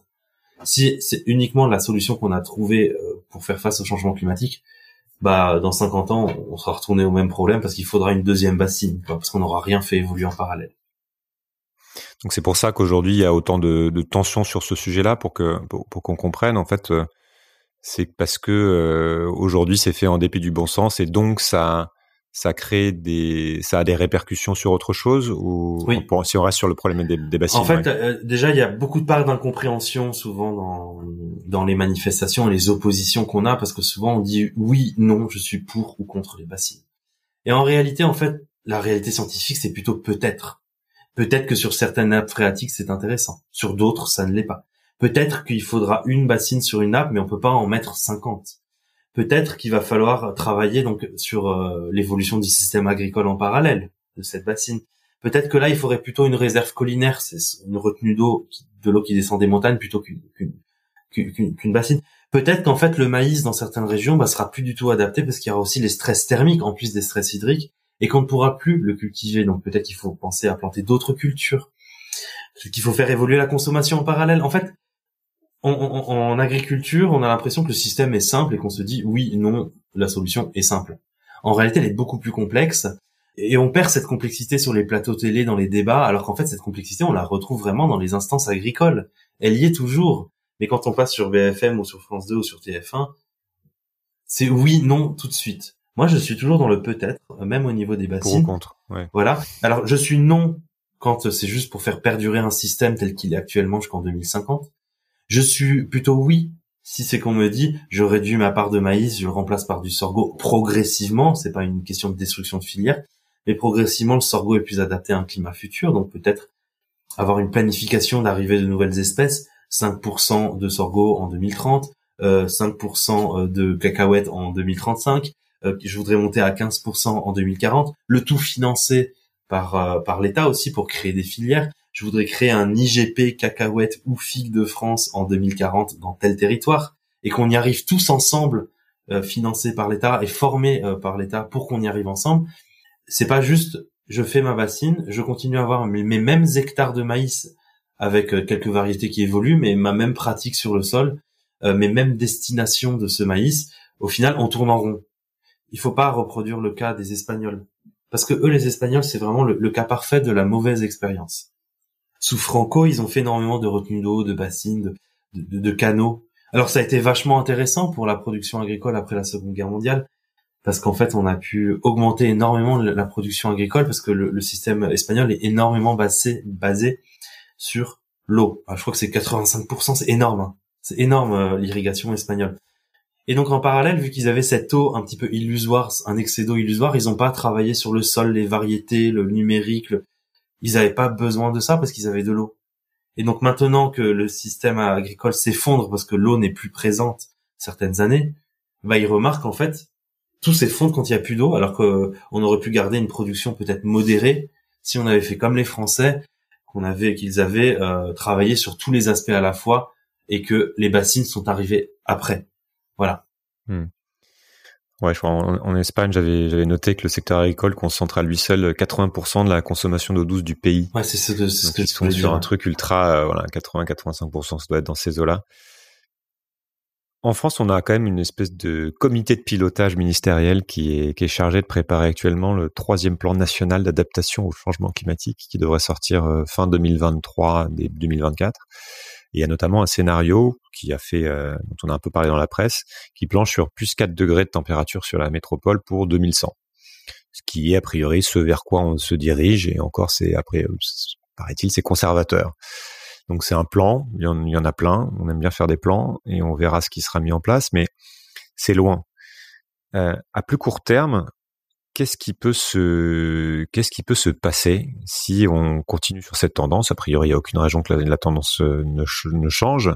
[SPEAKER 8] Si c'est uniquement la solution qu'on a trouvée euh, pour faire face au changement climatique, bah dans cinquante ans, on sera retourné au même problème parce qu'il faudra une deuxième bassine, quoi, parce qu'on n'aura rien fait évoluer en parallèle.
[SPEAKER 1] Donc c'est pour ça qu'aujourd'hui il y a autant de, de tensions sur ce sujet-là pour que pour, pour qu'on comprenne. En fait, euh, c'est parce que euh, aujourd'hui c'est fait en dépit du bon sens et donc ça ça crée des, ça a des répercussions sur autre chose ou
[SPEAKER 8] oui.
[SPEAKER 1] pour, si on reste sur le problème des, des bassines.
[SPEAKER 8] En fait,
[SPEAKER 1] ouais.
[SPEAKER 8] euh, déjà il y a beaucoup de parts d'incompréhension souvent dans dans les manifestations et les oppositions qu'on a parce que souvent on dit oui, non, je suis pour ou contre les bassines. Et en réalité, en fait, la réalité scientifique c'est plutôt peut-être. Peut-être que sur certaines nappes phréatiques c'est intéressant, sur d'autres ça ne l'est pas. Peut-être qu'il faudra une bassine sur une nappe, mais on peut pas en mettre cinquante. Peut-être qu'il va falloir travailler donc sur euh, l'évolution du système agricole en parallèle de cette bassine. Peut-être que là, il faudrait plutôt une réserve collinaire, c'est une retenue d'eau, de l'eau qui descend des montagnes plutôt qu'une, qu'une, qu'une, qu'une bassine. Peut-être qu'en fait, le maïs dans certaines régions bah, sera plus du tout adapté parce qu'il y aura aussi les stress thermiques en plus des stress hydriques et qu'on ne pourra plus le cultiver. Donc peut-être qu'il faut penser à planter d'autres cultures. Peut-être qu'il faut faire évoluer la consommation en parallèle. En fait, En, en, en agriculture, on a l'impression que le système est simple et qu'on se dit oui, non, la solution est simple. En réalité, elle est beaucoup plus complexe et on perd cette complexité sur les plateaux télé, dans les débats, alors qu'en fait, cette complexité, on la retrouve vraiment dans les instances agricoles. Elle y est toujours. Mais quand on passe sur B F M ou sur France deux ou sur T F un, c'est oui, non, tout de suite. Moi, je suis toujours dans le peut-être, même au niveau des bassines.
[SPEAKER 1] Pour ou contre, ouais.
[SPEAKER 8] Voilà. Alors, je suis non quand c'est juste pour faire perdurer un système tel qu'il est actuellement jusqu'en deux mille cinquante. Je suis plutôt oui, si c'est qu'on me dit, je réduis ma part de maïs, je le remplace par du sorgho progressivement, c'est pas une question de destruction de filière, mais progressivement, le sorgho est plus adapté à un climat futur, donc peut-être avoir une planification d'arrivée de nouvelles espèces, cinq pour cent de sorgho en deux mille trente, euh, cinq pour cent de cacahuètes en deux mille trente-cinq, euh, je voudrais monter à quinze pour cent en deux mille quarante, le tout financé par, euh, par l'État aussi pour créer des filières. Je voudrais créer un I G P cacahuètes ou figues de France en deux mille quarante dans tel territoire et qu'on y arrive tous ensemble, euh, financé par l'État et formé euh, par l'État pour qu'on y arrive ensemble. C'est pas juste je fais ma bassine, je continue à avoir mes, mes mêmes hectares de maïs avec euh, quelques variétés qui évoluent, mais ma même pratique sur le sol, euh, mes mêmes destinations de ce maïs. Au final, on tourne en rond. Il faut pas reproduire le cas des Espagnols parce que eux, les Espagnols, c'est vraiment le, le cas parfait de la mauvaise expérience. Sous Franco, ils ont fait énormément de retenues d'eau, de bassines, de, de, de canaux. Alors ça a été vachement intéressant pour la production agricole après la Seconde Guerre mondiale, parce qu'en fait on a pu augmenter énormément la production agricole, parce que le, le système espagnol est énormément basé, basé sur l'eau. Alors, je crois que c'est quatre-vingt-cinq pour cent, c'est énorme. Hein. C'est énorme euh, l'irrigation espagnole. Et donc en parallèle, vu qu'ils avaient cette eau un petit peu illusoire, un excès d'eau illusoire, ils n'ont pas travaillé sur le sol, les variétés, le numérique, le... ils n'avaient pas besoin de ça parce qu'ils avaient de l'eau. Et donc maintenant que le système agricole s'effondre parce que l'eau n'est plus présente certaines années, bah ils remarquent en fait tout s'effondre quand il y a plus d'eau, alors que on aurait pu garder une production peut-être modérée si on avait fait comme les Français, qu'on avait, qu'ils avaient euh, travaillé sur tous les aspects à la fois et que les bassines sont arrivées après. Voilà.
[SPEAKER 1] Hmm. Ouais, je crois en, en Espagne, j'avais j'avais noté que le secteur agricole concentre à lui seul quatre-vingts pour cent de la consommation d'eau douce du pays.
[SPEAKER 8] Ouais, c'est ce, c'est ce
[SPEAKER 1] Donc,
[SPEAKER 8] que
[SPEAKER 1] ils
[SPEAKER 8] je
[SPEAKER 1] sont
[SPEAKER 8] voulais
[SPEAKER 1] sur
[SPEAKER 8] dire.
[SPEAKER 1] un truc ultra, euh, voilà, quatre-vingts à quatre-vingt-cinq pour cent, ça doit être dans ces eaux-là. En France, on a quand même une espèce de comité de pilotage ministériel qui est, qui est chargé de préparer actuellement le troisième plan national d'adaptation au changement climatique qui devrait sortir euh, fin deux mille vingt-trois, début deux mille vingt-quatre. Et il y a notamment un scénario qui a fait, euh, dont on a un peu parlé dans la presse, qui planche sur plus quatre degrés de température sur la métropole pour deux mille cent. Ce qui est a priori ce vers quoi on se dirige, et encore c'est après, paraît-il, c'est conservateur. Donc c'est un plan, il y, en, il y en a plein, on aime bien faire des plans et on verra ce qui sera mis en place, mais c'est loin. Euh, à plus court terme, qu'est-ce qui peut se, qu'est-ce qui peut se passer si on continue sur cette tendance? A priori, il n'y a aucune raison que la, la tendance ne, ne change,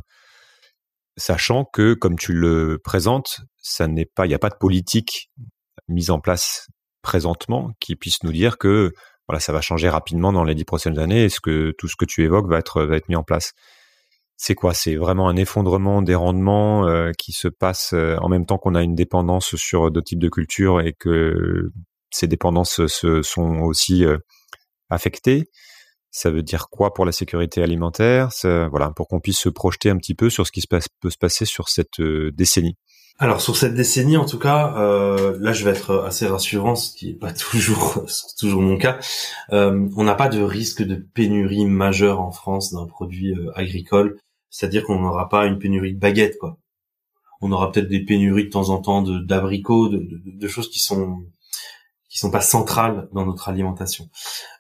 [SPEAKER 1] sachant que, comme tu le présentes, ça n'est pas, il n'y a pas de politique mise en place présentement qui puisse nous dire que voilà, ça va changer rapidement dans les dix prochaines années. Est-ce que tout ce que tu évoques va être va être mis en place? C'est quoi? C'est vraiment un effondrement des rendements euh, qui se passe euh, en même temps qu'on a une dépendance sur d'autres types de cultures et que ces dépendances se sont aussi euh, affectées. Ça veut dire quoi pour la sécurité alimentaire? Ça, voilà, pour qu'on puisse se projeter un petit peu sur ce qui se passe, peut se passer sur cette euh, décennie.
[SPEAKER 8] Alors sur cette décennie, en tout cas, euh, là je vais être assez rassurant, ce qui est pas toujours toujours mon cas. Euh, on n'a pas de risque de pénurie majeure en France d'un produit euh, agricole, c'est-à-dire qu'on n'aura pas une pénurie de baguettes, quoi. On aura peut-être des pénuries de temps en temps de d'abricots, de, de, de choses qui sont qui sont pas centrales dans notre alimentation.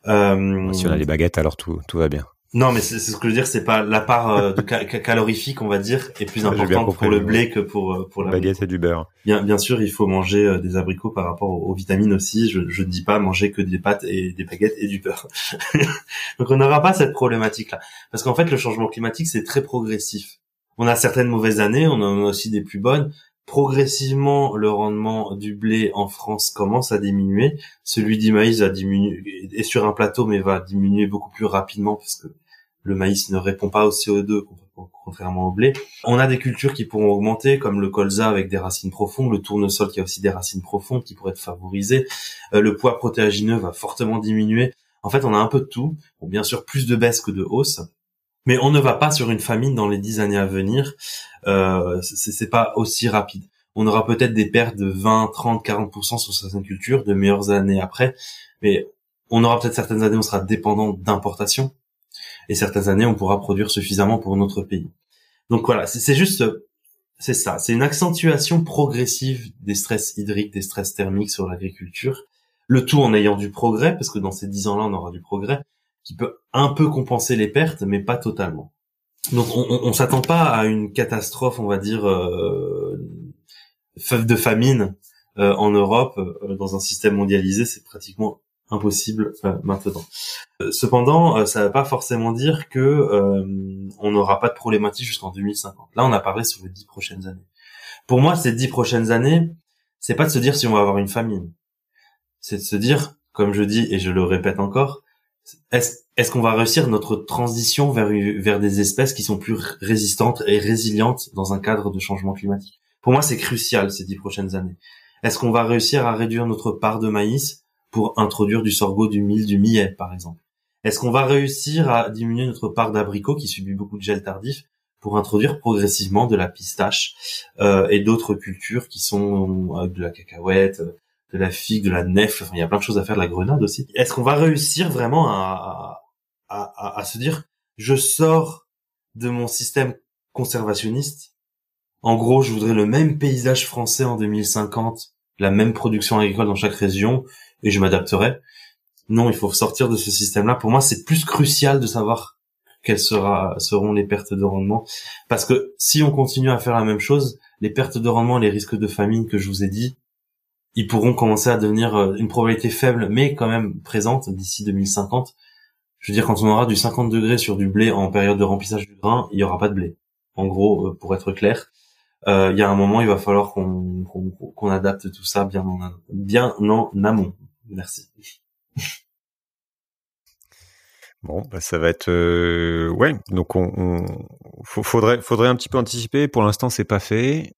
[SPEAKER 8] Euh,
[SPEAKER 1] si on a les baguettes, alors tout tout va bien.
[SPEAKER 8] Non, mais c'est, c'est ce que je veux dire, c'est pas la part euh, de ca- calorifique, on va dire, est plus importante pour le blé que pour pour la
[SPEAKER 1] baguette et du beurre.
[SPEAKER 8] Bien, bien sûr, il faut manger euh, des abricots par rapport aux, aux vitamines aussi. Je, je ne dis pas manger que des pâtes et des baguettes et du beurre. Donc, on n'aura pas cette problématique-là, parce qu'en fait, le changement climatique, c'est très progressif. On a certaines mauvaises années, on en a aussi des plus bonnes. Progressivement, le rendement du blé en France commence à diminuer. Celui du maïs va diminuer, est sur un plateau, mais va diminuer beaucoup plus rapidement parce que le maïs ne répond pas au C O deux, contrairement au blé. On a des cultures qui pourront augmenter, comme le colza avec des racines profondes, le tournesol qui a aussi des racines profondes qui pourraient être favorisées. Euh, le poids protéagineux va fortement diminuer. En fait, on a un peu de tout. Bon, bien sûr, plus de baisse que de hausse. Mais on ne va pas sur une famine dans les dix années à venir. Euh, c'est, c'est pas aussi rapide. On aura peut-être des pertes de vingt, trente, quarante pour cent sur certaines cultures, de meilleures années après. Mais on aura peut-être certaines années où on sera dépendant d'importation. Et certaines années, on pourra produire suffisamment pour notre pays. Donc voilà, c'est, c'est juste, c'est ça. C'est une accentuation progressive des stress hydriques, des stress thermiques sur l'agriculture. Le tout en ayant du progrès, parce que dans ces dix ans-là, on aura du progrès, qui peut un peu compenser les pertes, mais pas totalement. Donc on, on, on s'attend pas à une catastrophe, on va dire, euh, de famine euh, en Europe, euh, dans un système mondialisé, c'est pratiquement impossible euh, maintenant. Euh, cependant, euh, ça ne veut pas forcément dire que euh, on n'aura pas de problématique jusqu'en deux mille cinquante. Là, on a parlé sur les dix prochaines années. Pour moi, ces dix prochaines années, c'est pas de se dire si on va avoir une famine. C'est de se dire, comme je dis et je le répète encore, Est-ce, est-ce qu'on va réussir notre transition vers, vers des espèces qui sont plus résistantes et résilientes dans un cadre de changement climatique? Pour moi, c'est crucial ces dix prochaines années. Est-ce qu'on va réussir à réduire notre part de maïs pour introduire du sorgho, du mil, du millet, par exemple? Est-ce qu'on va réussir à diminuer notre part d'abricot qui subit beaucoup de gel tardif pour introduire progressivement de la pistache euh, et d'autres cultures qui sont euh, de la cacahuète, de la figue, de la nef, enfin il y a plein de choses à faire, de la grenade aussi. Est-ce qu'on va réussir vraiment à, à, à, à se dire, je sors de mon système conservationniste, en gros je voudrais le même paysage français en deux mille cinquante, la même production agricole dans chaque région, et je m'adapterai. Non, il faut sortir de ce système-là. Pour moi, c'est plus crucial de savoir quelles sera, seront les pertes de rendement, parce que si on continue à faire la même chose, les pertes de rendement, les risques de famine que je vous ai dit, ils pourront commencer à devenir une probabilité faible, mais quand même présente d'ici deux mille cinquante. Je veux dire, quand on aura du cinquante degrés sur du blé en période de remplissage du grain, il y aura pas de blé. En gros, pour être clair. euh, il y a un moment, il va falloir qu'on, qu'on, qu'on adapte tout ça bien en, bien en amont. Merci.
[SPEAKER 1] Bon, bah ça va être euh, ouais. Donc on, on faudrait faudrait un petit peu anticiper. Pour l'instant, c'est pas fait.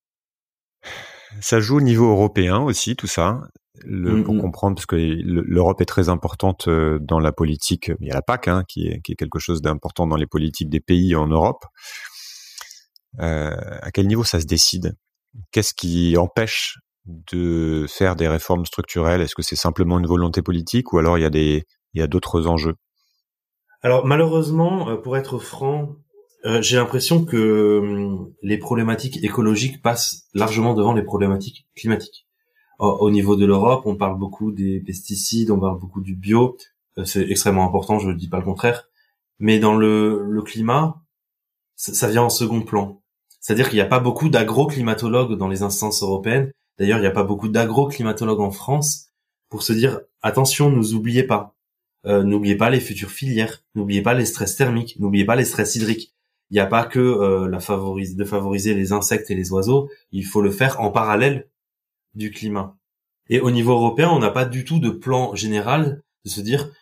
[SPEAKER 1] Ça joue au niveau européen aussi, tout ça. Le, mm-hmm. Pour comprendre, parce que l'Europe est très importante dans la politique. Il y a la P A C, hein, qui est qui est quelque chose d'important dans les politiques des pays en Europe. Euh, à quel niveau ça se décide? Qu'est-ce qui empêche de faire des réformes structurelles? Est-ce que c'est simplement une volonté politique ou alors il y a des il y a d'autres enjeux?
[SPEAKER 8] Alors malheureusement, pour être franc, euh, j'ai l'impression que euh, les problématiques écologiques passent largement devant les problématiques climatiques. Au, au niveau de l'Europe, on parle beaucoup des pesticides, on parle beaucoup du bio, euh, c'est extrêmement important, je ne dis pas le contraire, mais dans le, le climat, ça, ça vient en second plan. C'est-à-dire qu'il n'y a pas beaucoup d'agroclimatologues dans les instances européennes. D'ailleurs, il n'y a pas beaucoup d'agroclimatologues en France pour se dire « attention, ne nous oubliez pas ». Euh, n'oubliez pas les futures filières, n'oubliez pas les stress thermiques, n'oubliez pas les stress hydriques. Il n'y a pas que euh, la favorise, de favoriser les insectes et les oiseaux, il faut le faire en parallèle du climat. Et au niveau européen, on n'a pas du tout de plan général de se dire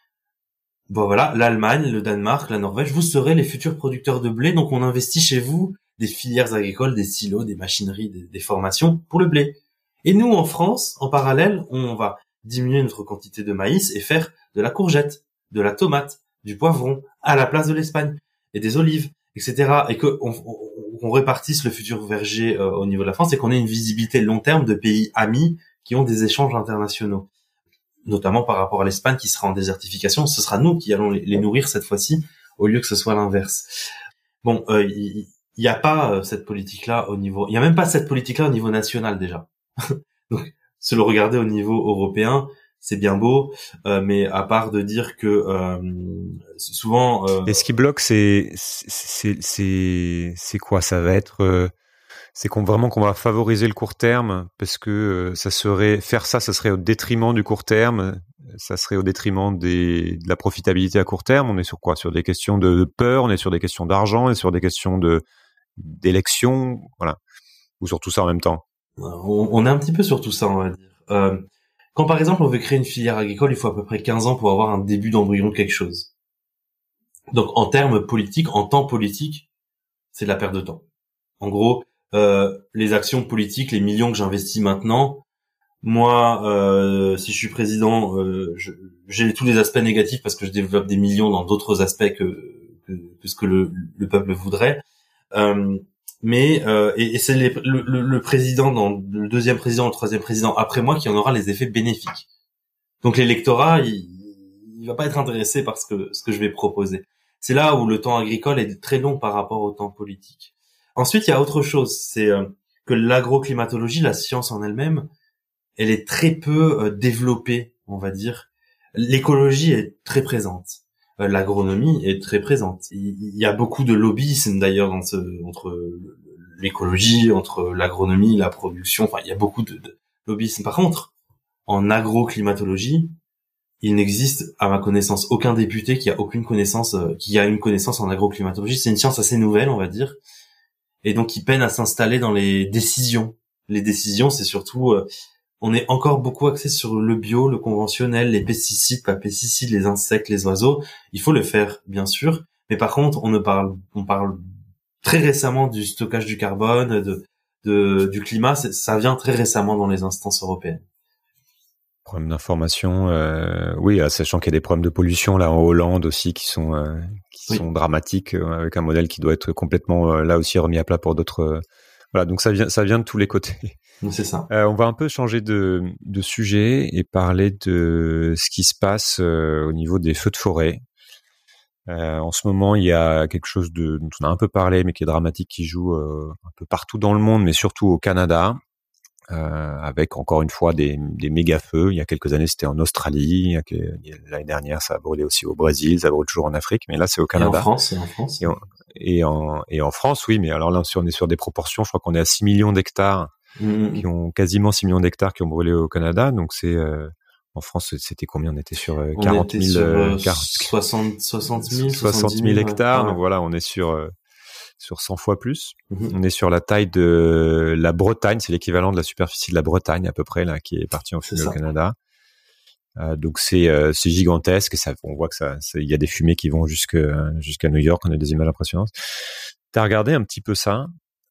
[SPEAKER 8] bon voilà, l'Allemagne, le Danemark, la Norvège, vous serez les futurs producteurs de blé, donc on investit chez vous des filières agricoles, des silos, des machineries, des, des formations pour le blé. Et nous, en France, en parallèle, on va diminuer notre quantité de maïs et faire de la courgette, de la tomate, du poivron à la place de l'Espagne et des olives, et cetera. Et que on, on, on répartisse le futur verger euh, au niveau de la France et qu'on ait une visibilité long terme de pays amis qui ont des échanges internationaux, notamment par rapport à l'Espagne qui sera en désertification. Ce sera nous qui allons les, les nourrir cette fois-ci au lieu que ce soit l'inverse. Bon, il euh, y, y a pas euh, cette politique-là au niveau, il y a même pas cette politique-là au niveau national déjà. Donc, se le regarder au niveau européen, c'est bien beau, euh, mais à part de dire que euh, souvent... Euh...
[SPEAKER 1] Et ce qui bloque, c'est c'est c'est c'est quoi? Ça va être... Euh, c'est qu'on vraiment qu'on va favoriser le court terme, parce que euh, ça serait... Faire ça, ça serait au détriment du court terme, ça serait au détriment des, de la profitabilité à court terme. On est sur quoi? Sur des questions de, de peur, on est sur des questions d'argent, on est sur des questions de d'élection, voilà. Ou sur tout ça en même temps?
[SPEAKER 8] On, on est un petit peu sur tout ça, on va dire. Euh, Quand par exemple on veut créer une filière agricole, il faut à peu près quinze ans pour avoir un début d'embryon de quelque chose. Donc en termes politiques, en temps politique, c'est de la perte de temps. En gros, euh, les actions politiques, les millions que j'investis maintenant, moi, euh, si je suis président, euh, je, j'ai tous les aspects négatifs parce que je développe des millions dans d'autres aspects que, que, que ce que le, le peuple voudrait. Euh, Mais euh, et, et c'est les, le, le, le président, dans le deuxième président, le troisième président après moi qui en aura les effets bénéfiques. Donc l'électorat, il, il va pas être intéressé par ce que ce que je vais proposer. C'est là où le temps agricole est très long par rapport au temps politique. Ensuite, il y a autre chose, c'est euh, que l'agroclimatologie, la science en elle-même, elle est très peu euh, développée, on va dire. L'écologie est très présente. L'agronomie est très présente. Il y a beaucoup de lobbyisme d'ailleurs dans ce, entre l'écologie, entre l'agronomie, la production. Enfin, il y a beaucoup de, de lobbyisme. Par contre, en agroclimatologie, il n'existe, à ma connaissance, aucun député qui a aucune connaissance, qui a une connaissance en agroclimatologie. C'est une science assez nouvelle, on va dire, et donc qui peine à s'installer dans les décisions. Les décisions, c'est surtout euh, on est encore beaucoup axé sur le bio, le conventionnel, les pesticides, pas pesticides, les insectes, les oiseaux. Il faut le faire, bien sûr. Mais par contre, on ne parle, on parle très récemment du stockage du carbone, de, de du climat. Ça vient très récemment dans les instances européennes.
[SPEAKER 1] Problème d'information, euh, oui, sachant qu'il y a des problèmes de pollution là en Hollande aussi qui sont euh, qui oui. sont dramatiques, euh, avec un modèle qui doit être complètement euh, là aussi remis à plat pour d'autres. Euh, voilà, donc ça vient, ça vient de tous les côtés.
[SPEAKER 8] C'est ça.
[SPEAKER 1] Euh, on va un peu changer de, de sujet et parler de ce qui se passe euh, au niveau des feux de forêt. Euh, en ce moment, il y a quelque chose de, dont on a un peu parlé, mais qui est dramatique, qui joue euh, un peu partout dans le monde, mais surtout au Canada, euh, avec encore une fois des, des méga feux. Il y a quelques années, c'était en Australie. L'année dernière, ça a brûlé aussi au Brésil, ça brûle toujours en Afrique, mais là, c'est au Canada.
[SPEAKER 8] Et en France, et en France.
[SPEAKER 1] Et, en, et, en, et en France, oui, mais alors là, on est sur des proportions. Je crois qu'on est à six millions d'hectares. Mmh. Qui ont quasiment six millions d'hectares qui ont brûlé au Canada. Donc c'est euh, en France, c'était combien? On était sur euh, quarante mille,
[SPEAKER 8] sur, euh,
[SPEAKER 1] quarante,
[SPEAKER 8] soixante, soixante mille,
[SPEAKER 1] soixante mille hectares.
[SPEAKER 8] Ouais.
[SPEAKER 1] Donc voilà, on est sur euh, sur cent fois plus.
[SPEAKER 8] Mmh.
[SPEAKER 1] On est sur la taille de la Bretagne, c'est l'équivalent de la superficie de la Bretagne à peu près là, qui est partie en fumée au Canada. Euh, donc c'est euh, c'est gigantesque. Ça, on voit que ça, il y a des fumées qui vont jusque jusqu'à New York. On a des images impressionnantes. T'as regardé un petit peu ça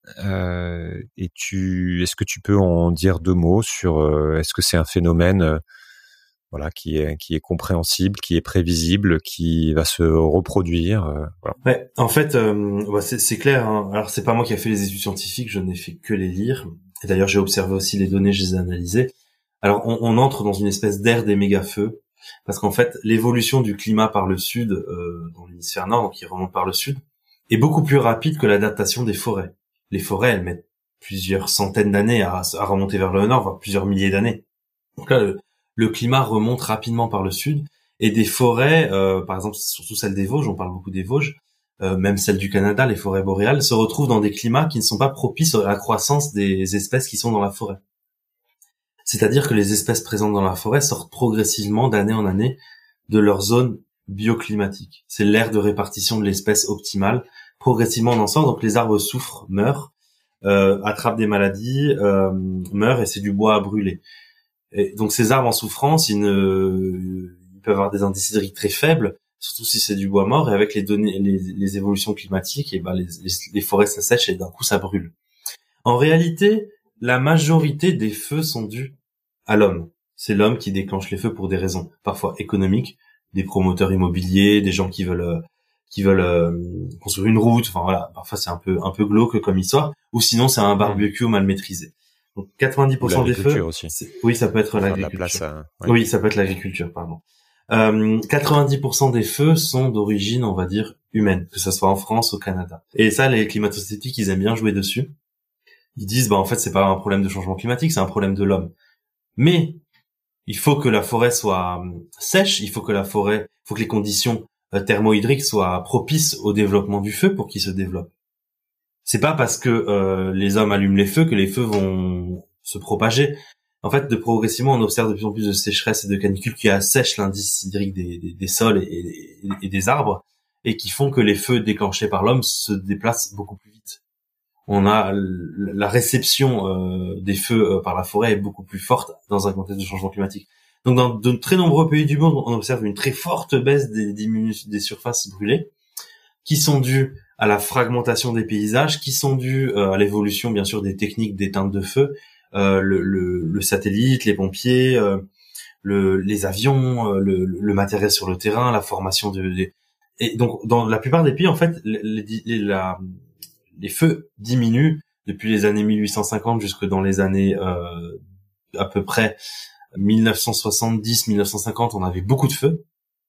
[SPEAKER 1] euh, et tu, est-ce que tu peux en dire deux mots sur euh, est-ce que c'est un phénomène euh, voilà, qui est qui est compréhensible, qui est prévisible, qui va se reproduire. Euh, voilà.
[SPEAKER 8] Ouais, en fait, euh, bah c'est, c'est clair. Hein. Alors, c'est pas moi qui a fait les études scientifiques, je n'ai fait que les lire. Et d'ailleurs, j'ai observé aussi les données, je les ai analysées. Alors, on, on entre dans une espèce d'ère des méga-feux, parce qu'en fait, l'évolution du climat par le sud, euh, dans l'hémisphère nord, donc qui remonte par le sud, est beaucoup plus rapide que l'adaptation des forêts. Les forêts, elles mettent plusieurs centaines d'années à, à remonter vers le nord, voire plusieurs milliers d'années. Donc là, le, le climat remonte rapidement par le sud, et des forêts, euh, par exemple, surtout celles des Vosges, on parle beaucoup des Vosges, euh, même celles du Canada, les forêts boréales, se retrouvent dans des climats qui ne sont pas propices à la croissance des espèces qui sont dans la forêt. C'est-à-dire que les espèces présentes dans la forêt sortent progressivement, d'année en année, de leur zone bioclimatique. C'est l'ère de répartition de l'espèce optimale. Progressivement, on en sort, donc les arbres souffrent, meurent, euh, attrapent des maladies, euh, meurent, et c'est du bois à brûler. Et donc ces arbres en souffrance, ils, ne, ils peuvent avoir des indices hydriques très faibles, surtout si c'est du bois mort, et avec les données, les, les évolutions climatiques, et ben les, les, les forêts s'assèchent et d'un coup ça brûle. En réalité, la majorité des feux sont dus à l'homme. C'est l'homme qui déclenche les feux pour des raisons parfois économiques, des promoteurs immobiliers, des gens qui veulent qui veulent euh, construire une route. Enfin voilà, parfois c'est un peu un peu glauque comme histoire. Ou sinon c'est un barbecue mal maîtrisé. Donc quatre-vingt-dix pour cent des feux. Aussi. Oui, ça peut être l'agriculture. La place à... ouais. Oui, ça peut être l'agriculture, pardon. Euh, quatre-vingt-dix pour cent des feux sont d'origine, on va dire, humaine, que ça soit en France, au Canada. Et ça, les climato-sceptiques, ils aiment bien jouer dessus. Ils disent, bah en fait, c'est pas un problème de changement climatique, c'est un problème de l'homme. Mais il faut que la forêt soit sèche, il faut que la forêt, il faut que les conditions thermohydriques soient propices au développement du feu pour qu'il se développe. C'est pas parce que euh, les hommes allument les feux que les feux vont se propager. En fait, de progressivement, on observe de plus en plus de sécheresse et de canicules qui assèchent l'indice hydrique des, des, des sols et, et, et des arbres, et qui font que les feux déclenchés par l'homme se déplacent beaucoup plus vite. On a la réception euh, des feux euh, par la forêt est beaucoup plus forte dans un contexte de changement climatique. Donc, dans de très nombreux pays du monde, on observe une très forte baisse des, diminu- des surfaces brûlées, qui sont dues à la fragmentation des paysages, qui sont dues euh, à l'évolution, bien sûr, des techniques d'éteinte de feu, euh, le, le, le satellite, les pompiers, euh, le, les avions, euh, le, le matériel sur le terrain, la formation de... de et donc, dans la plupart des pays, en fait, les, les, la, les feux diminuent depuis les années mille huit cent cinquante jusque dans les années euh, à peu près mille neuf cent soixante-dix mille neuf cent cinquante, on avait beaucoup de feux.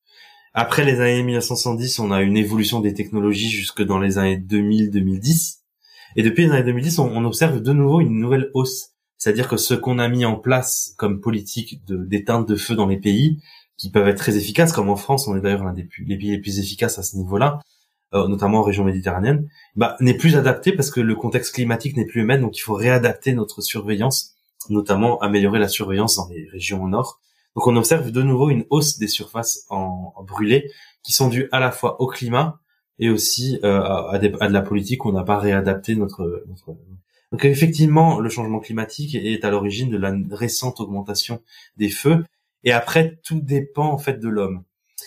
[SPEAKER 8] Après les années mille neuf cent soixante-dix, on a une évolution des technologies jusque dans les années deux mille deux mille dix. Et depuis les années deux mille dix, on, on observe de nouveau une nouvelle hausse. C'est-à-dire que ce qu'on a mis en place comme politique de, d'éteinte de feu dans les pays, qui peuvent être très efficaces, comme en France, on est d'ailleurs l'un des plus, les pays les plus efficaces à ce niveau-là, euh, notamment en région méditerranéenne, bah, n'est plus adapté parce que le contexte climatique n'est plus le même, donc il faut réadapter notre surveillance, notamment améliorer la surveillance dans les régions au nord. Donc on observe de nouveau une hausse des surfaces en, en brûlées qui sont dues à la fois au climat et aussi euh, à, à, des, à de la politique où on n'a pas réadapté notre, notre... Donc effectivement, le changement climatique est à l'origine de la récente augmentation des feux. Et après, tout dépend en fait de l'homme.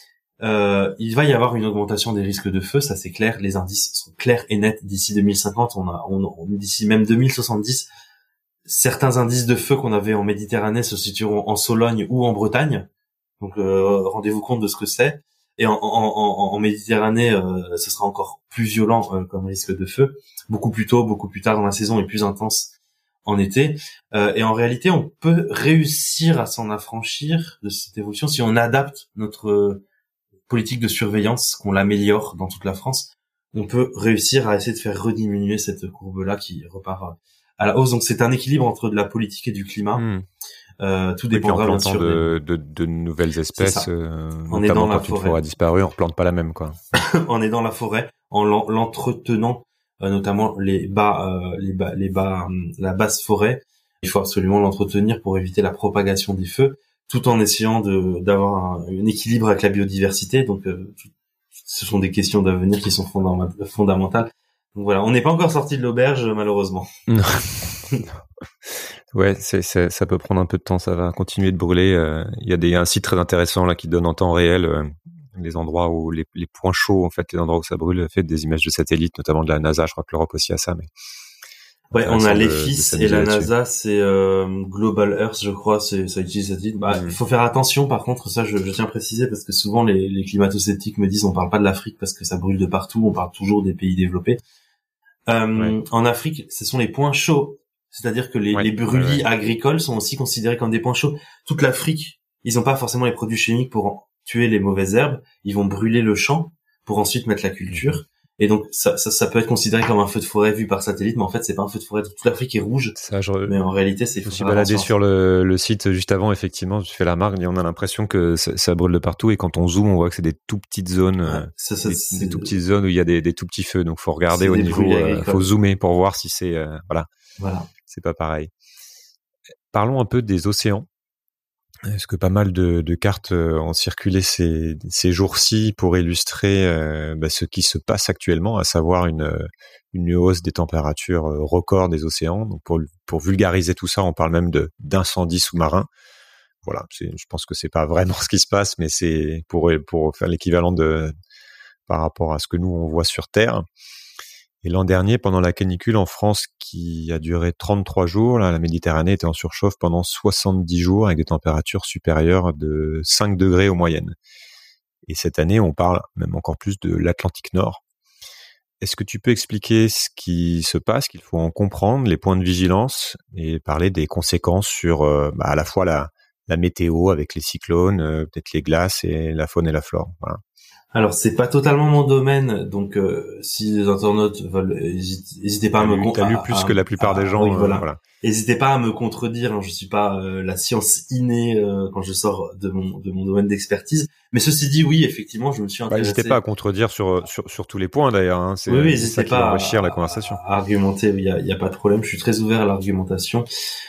[SPEAKER 8] Euh, il va y avoir une augmentation des risques de feu, ça c'est clair. Les indices sont clairs et nets d'ici deux mille cinquante. On a, on, on d'ici même deux mille soixante-dix. Certains indices de feu qu'on avait en Méditerranée se situeront en Sologne ou en Bretagne. Donc euh, rendez-vous compte de ce que c'est. Et en, en, en, en Méditerranée, euh, ce sera encore plus violent euh, comme risque de feu, beaucoup plus tôt, beaucoup plus tard dans la saison et plus intense en été. Euh, et en réalité, on peut réussir à s'en affranchir de cette évolution si on adapte notre politique de surveillance, qu'on l'améliore dans toute la France. On peut réussir à essayer de faire rediminuer cette courbe-là qui repart à la hausse. Donc c'est un équilibre entre de la politique et du climat. Mmh. Euh, tout dépendra bien sûr
[SPEAKER 1] de, de, de nouvelles espèces. Euh,
[SPEAKER 8] on est dans la
[SPEAKER 1] quand
[SPEAKER 8] forêt.
[SPEAKER 1] Une forêt a disparu, on replante pas la même, quoi.
[SPEAKER 8] On est dans la forêt en l'entretenant, euh, notamment les bas, euh, les bas, les bas, euh, la basse forêt. Il faut absolument l'entretenir pour éviter la propagation des feux, tout en essayant de d'avoir un, un équilibre avec la biodiversité. Donc, euh, ce sont des questions d'avenir qui sont fondam- fondamentales. Donc voilà, on n'est pas encore sorti de l'auberge malheureusement.
[SPEAKER 1] Non. Ouais, c'est, c'est, ça peut prendre un peu de temps, ça va continuer de brûler. Euh, il y a des, un site très intéressant là qui donne en temps réel euh, les endroits où les, les points chauds, en fait, les endroits où ça brûle, fait des images de satellites, notamment de la NASA. Je crois que l'Europe aussi a ça, mais
[SPEAKER 8] ouais, on a l'E F I S et la
[SPEAKER 1] là-dessus.
[SPEAKER 8] NASA, c'est euh, Global Earth, je crois, c'est ça utilise ça dit. Bah, il mmh. faut faire attention. Par contre, ça, je, je tiens à préciser parce que souvent les, les climato-sceptiques me disent on parle pas de l'Afrique parce que ça brûle de partout. On parle toujours des pays développés. Euh, ouais. En Afrique, ce sont les points chauds. C'est-à-dire que les, ouais, les brûlis ouais, ouais. agricoles sont aussi considérés comme des points chauds. Toute l'Afrique, ils n'ont pas forcément les produits chimiques pour tuer les mauvaises herbes. Ils vont brûler le champ pour ensuite mettre la culture. Et donc ça, ça, ça peut être considéré comme un feu de forêt vu par satellite, mais en fait c'est pas un feu de forêt. Toute l'Afrique est rouge. Ça, je... Mais en réalité c'est.
[SPEAKER 1] Je me suis baladé sur le, le site juste avant. Effectivement, je fais la marque et on a l'impression que ça, ça brûle de partout. Et quand on zoome, on voit que c'est des tout petites zones, ouais, ça, ça, des, des tout petites zones où il y a des, des tout petits feux. Donc faut regarder au niveau, euh, faut zoomer pour voir si c'est euh, voilà.
[SPEAKER 8] Voilà.
[SPEAKER 1] C'est pas pareil. Parlons un peu des océans. Est-ce que pas mal de, de cartes ont circulé ces, ces jours-ci pour illustrer euh, bah, ce qui se passe actuellement, à savoir une, une hausse des températures records des océans. Donc pour, pour vulgariser tout ça, on parle même de d'incendies sous-marins. Voilà, c'est, je pense que c'est pas vraiment ce qui se passe, mais c'est pour pour faire l'équivalent de par rapport à ce que nous on voit sur Terre. Et l'an dernier, pendant la canicule en France qui a duré trente-trois jours, là, la Méditerranée était en surchauffe pendant soixante-dix jours avec des températures supérieures de cinq degrés aux moyennes. Et cette année, on parle même encore plus de l'Atlantique Nord. Est-ce que tu peux expliquer ce qui se passe, qu'il faut en comprendre, les points de vigilance et parler des conséquences sur euh, bah, à la fois la, la météo avec les cyclones, euh, peut-être les glaces et la faune et la flore. Voilà.
[SPEAKER 8] Alors c'est pas totalement mon domaine, donc euh, si les internautes veulent, n'hésitez pas à me
[SPEAKER 1] contredire. T'as lu plus à, que la plupart à, des gens.
[SPEAKER 8] Oui,
[SPEAKER 1] euh,
[SPEAKER 8] voilà.
[SPEAKER 1] voilà.
[SPEAKER 8] N'hésitez pas à me contredire. Hein, je suis pas euh, la science innée euh, quand je sors de mon de mon domaine d'expertise. Mais ceci dit, oui, effectivement, je me suis intéressé.
[SPEAKER 1] Bah, n'hésitez pas à contredire sur sur sur tous les points d'ailleurs. Hein. C'est,
[SPEAKER 8] oui, oui,
[SPEAKER 1] c'est ça qui va enrichir la conversation.
[SPEAKER 8] À, à argumenter, il y a, y a pas de problème. Je suis très ouvert à l'argumentation.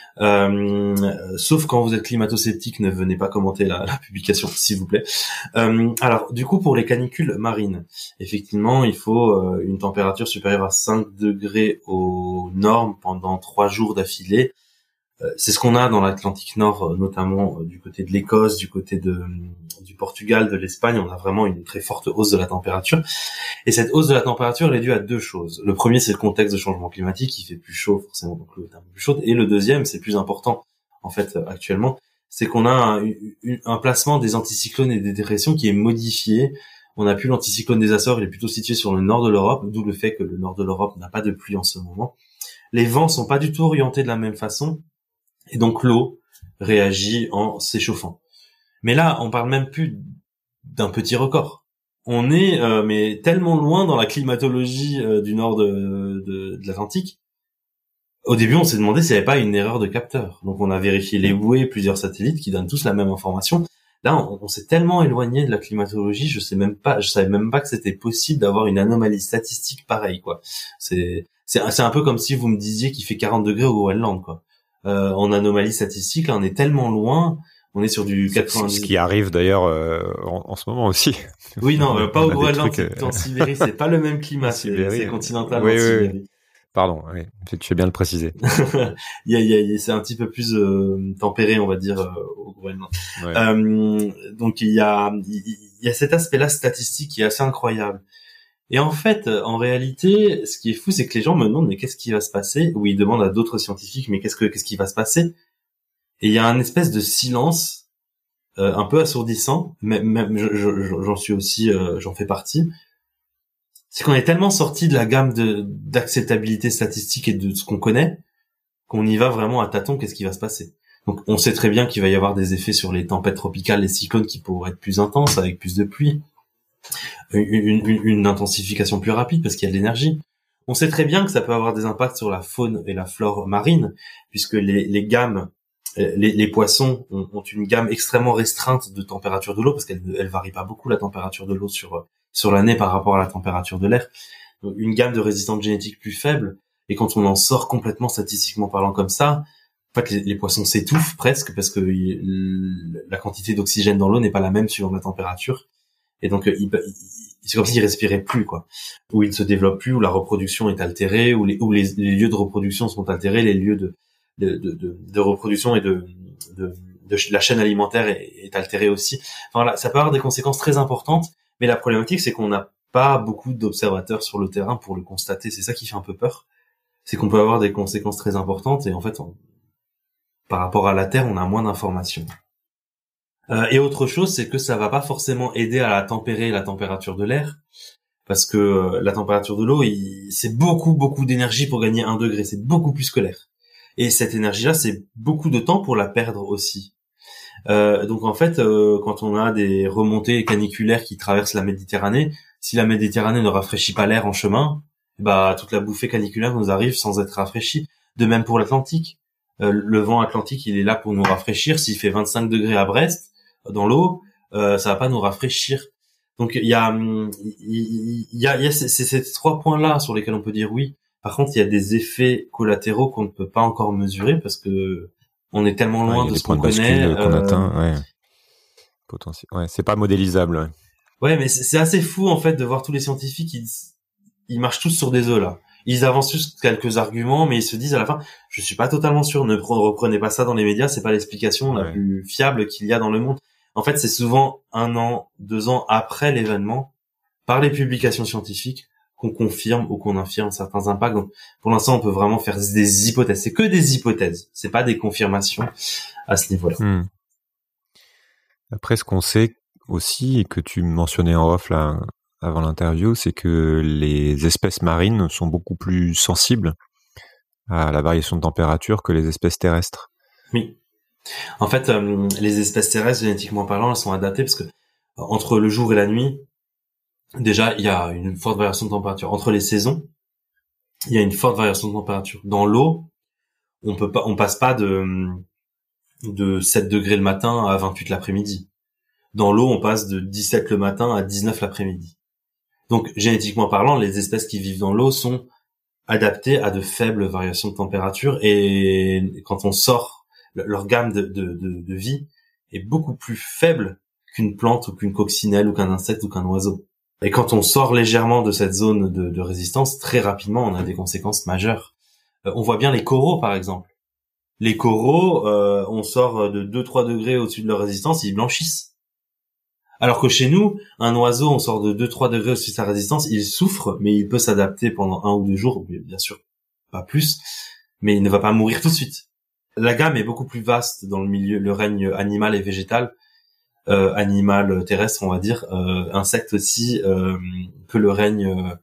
[SPEAKER 8] Euh, sauf quand vous êtes climato-sceptique, ne venez pas commenter la, la publication, s'il vous plaît. Euh, alors, du coup, pour les canicules marines, effectivement, il faut euh, une température supérieure à cinq degrés aux normes pendant trois jours d'affilée. Euh, c'est ce qu'on a dans l'Atlantique Nord, notamment euh, du côté de l'Écosse, du côté de du Portugal, de l'Espagne. On a vraiment une très forte hausse de la température. Et cette hausse de la température, elle est due à deux choses. Le premier, c'est le contexte de changement climatique. Il fait plus chaud, forcément, donc l'eau est un peu plus chaude. Et le deuxième, c'est plus important, en fait, actuellement, c'est qu'on a un, un, un placement des anticyclones et des dépressions qui est modifié. On n'a plus l'anticyclone des Açores, il est plutôt situé sur le nord de l'Europe, d'où le fait que le nord de l'Europe n'a pas de pluie en ce moment. Les vents sont pas du tout orientés de la même façon. Et donc l'eau réagit en s'échauffant. Mais là, on parle même plus d'un petit record. On est euh, mais tellement loin dans la climatologie euh, du nord de, de, de l'Atlantique. Au début, on s'est demandé s'il n'y avait pas une erreur de capteur. Donc on a vérifié les bouées, plusieurs satellites qui donnent tous la même information. Là, on, on s'est tellement éloigné de la climatologie, je sais même pas, je savais même pas que c'était possible d'avoir une anomalie statistique pareille, quoi. C'est c'est c'est un peu comme si vous me disiez qu'il fait quarante degrés au Groenland, quoi. Euh, en anomalie statistique, là, on est tellement loin, on est sur du quatre-vingt-dix.
[SPEAKER 1] Ce qui arrive d'ailleurs euh, en, en ce moment aussi.
[SPEAKER 8] Oui, non, euh, pas au Groenland, trucs, euh... en Sibérie, c'est pas le même climat, c'est, c'est continental
[SPEAKER 1] oui,
[SPEAKER 8] en Sibérie.
[SPEAKER 1] Oui. Pardon, oui, tu fais bien de le préciser.
[SPEAKER 8] il y a, il y a, c'est un petit peu plus euh, tempéré, on va dire, euh, au Groenland. Ouais. Euh, donc il y a, il y a cet aspect-là statistique qui est assez incroyable. Et en fait, en réalité, ce qui est fou, c'est que les gens me demandent mais qu'est-ce qui va se passer, ou ils demandent à d'autres scientifiques mais qu'est-ce que qu'est-ce qui va se passer. Et il y a un espèce de silence euh, un peu assourdissant, même, même je, je, j'en suis aussi, euh, j'en fais partie. C'est qu'on est tellement sorti de la gamme de d'acceptabilité statistique et de ce qu'on connaît qu'on y va vraiment à tâtons. Qu'est-ce qui va se passer? Donc, on sait très bien qu'il va y avoir des effets sur les tempêtes tropicales, les cyclones qui pourraient être plus intenses avec plus de pluie. Une, une, une intensification plus rapide parce qu'il y a de l'énergie. On sait très bien que ça peut avoir des impacts sur la faune et la flore marine, puisque les, les gammes, les, les poissons ont, ont une gamme extrêmement restreinte de température de l'eau, parce qu'elle elle varie pas beaucoup la température de l'eau sur sur l'année par rapport à la température de l'air. Donc, une gamme de résistantes génétiques plus faible, et quand on en sort complètement statistiquement parlant comme ça, en fait les, les poissons s'étouffent presque parce que il, la quantité d'oxygène dans l'eau n'est pas la même suivant la température. Et donc, il, c'est comme s'ils respiraient plus, quoi. Où ils ne se développent plus, où la reproduction est altérée, où les, où les, les lieux de reproduction sont altérés, les lieux de, de, de, de, de reproduction et de, de, de la chaîne alimentaire est, est altérée aussi. Enfin, là, ça peut avoir des conséquences très importantes, mais la problématique, c'est qu'on n'a pas beaucoup d'observateurs sur le terrain pour le constater. C'est ça qui fait un peu peur. C'est qu'on peut avoir des conséquences très importantes et en fait, on, par rapport à la Terre, on a moins d'informations. Euh, et autre chose, c'est que ça va pas forcément aider à la tempérer la température de l'air, parce que euh, la température de l'eau, il, c'est beaucoup, beaucoup d'énergie pour gagner un degré. C'est beaucoup plus que l'air. Et cette énergie-là, c'est beaucoup de temps pour la perdre aussi. Euh, donc en fait, euh, quand on a des remontées caniculaires qui traversent la Méditerranée, si la Méditerranée ne rafraîchit pas l'air en chemin, bah toute la bouffée caniculaire nous arrive sans être rafraîchie. De même pour l'Atlantique. Euh, le vent atlantique, il est là pour nous rafraîchir. S'il fait vingt-cinq degrés à Brest, dans l'eau, euh, ça va pas nous rafraîchir. Donc il y a, il y a, il y a ces, ces, ces trois points-là sur lesquels on peut dire oui. Par contre, il y a des effets collatéraux qu'on ne peut pas encore mesurer parce que on est tellement loin
[SPEAKER 1] ouais,
[SPEAKER 8] de ce qu'on connaît.
[SPEAKER 1] Euh... qu'on atteint, ouais.
[SPEAKER 8] Potentiel.
[SPEAKER 1] Ouais, c'est pas modélisable. Ouais,
[SPEAKER 8] ouais mais c'est, c'est assez fou en fait de voir tous les scientifiques, ils, ils marchent tous sur des œufs là. Ils avancent juste quelques arguments, mais ils se disent à la fin, je suis pas totalement sûr. Ne reprenez pas ça dans les médias, c'est pas l'explication ouais. la plus fiable qu'il y a dans le monde. En fait, c'est souvent un an, deux ans après l'événement, par les publications scientifiques, qu'on confirme ou qu'on infirme certains impacts. Donc, pour l'instant, on peut vraiment faire des hypothèses. C'est que des hypothèses. C'est pas des confirmations à ce niveau-là.
[SPEAKER 1] Hmm. Après, ce qu'on sait aussi, et que tu mentionnais en off, là, avant l'interview, c'est que les espèces marines sont beaucoup plus sensibles à la variation de température que les espèces terrestres.
[SPEAKER 8] Oui. En fait, euh, les espèces terrestres, génétiquement parlant, elles sont adaptées parce que entre le jour et la nuit, déjà, il y a une forte variation de température. Entre les saisons, il y a une forte variation de température. Dans l'eau, on peut pas, on passe pas de de sept degrés le matin à vingt-huit l'après-midi. Dans l'eau, on passe de dix-sept le matin à dix-neuf l'après-midi. Donc, génétiquement parlant, les espèces qui vivent dans l'eau sont adaptées à de faibles variations de température et quand on sort, leur gamme de, de, de, de vie est beaucoup plus faible qu'une plante ou qu'une coccinelle ou qu'un insecte ou qu'un oiseau. Et quand on sort légèrement de cette zone de, de résistance, très rapidement, on a des conséquences majeures. Euh, on voit bien les coraux, par exemple. Les coraux, euh, on sort de deux à trois degrés au-dessus de leur résistance, ils blanchissent. Alors que chez nous, un oiseau, on sort de deux à trois degrés au-dessus de sa résistance, il souffre, mais il peut s'adapter pendant un ou deux jours, bien sûr, pas plus, mais il ne va pas mourir tout de suite. La gamme est beaucoup plus vaste dans le milieu, le règne animal et végétal, euh, animal terrestre, on va dire, euh, insecte aussi, euh, que le règne, euh,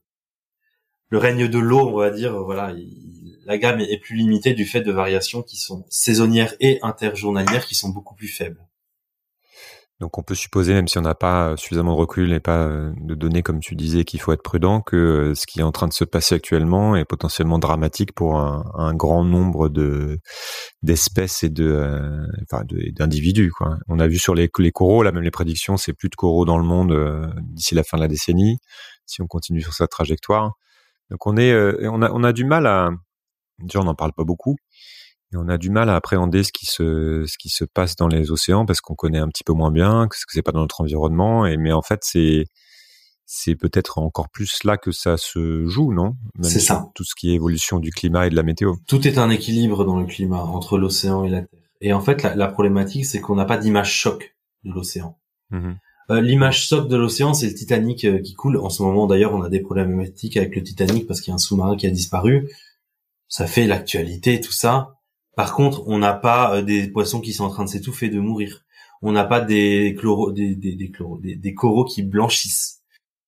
[SPEAKER 8] le règne de l'eau, on va dire. Voilà, il, la gamme est plus limitée du fait de variations qui sont saisonnières et interjournalières, qui sont beaucoup plus faibles.
[SPEAKER 1] Donc on peut supposer, même si on n'a pas suffisamment de recul et pas de données comme tu disais, qu'il faut être prudent, que ce qui est en train de se passer actuellement est potentiellement dramatique pour un, un grand nombre de d'espèces et de, euh, enfin de d'individus, quoi. On a vu sur les, les coraux, là même les prédictions, c'est plus de coraux dans le monde euh, d'ici la fin de la décennie, si on continue sur cette trajectoire. Donc on est, euh, on a on a du mal à, déjà on n'en parle pas beaucoup. Et on a du mal à appréhender ce qui se ce qui se passe dans les océans parce qu'on connaît un petit peu moins bien, parce que c'est pas dans notre environnement. Et mais en fait, c'est c'est peut-être encore plus là que ça se joue, non ? Même
[SPEAKER 8] C'est ça.
[SPEAKER 1] Tout ce qui est évolution du climat et de la météo.
[SPEAKER 8] Tout est un équilibre dans le climat entre l'océan et la Terre. Et en fait, la, la problématique, c'est qu'on n'a pas d'image choc de l'océan. Mmh. Euh, l'image choc de l'océan, c'est le Titanic euh, qui coule. En ce moment, d'ailleurs, on a des problématiques avec le Titanic parce qu'il y a un sous-marin qui a disparu. Ça fait l'actualité, tout ça. Par contre, on n'a pas euh, des poissons qui sont en train de s'étouffer, de mourir. On n'a pas des chloro, des, des, des, chloro, des, des coraux qui blanchissent.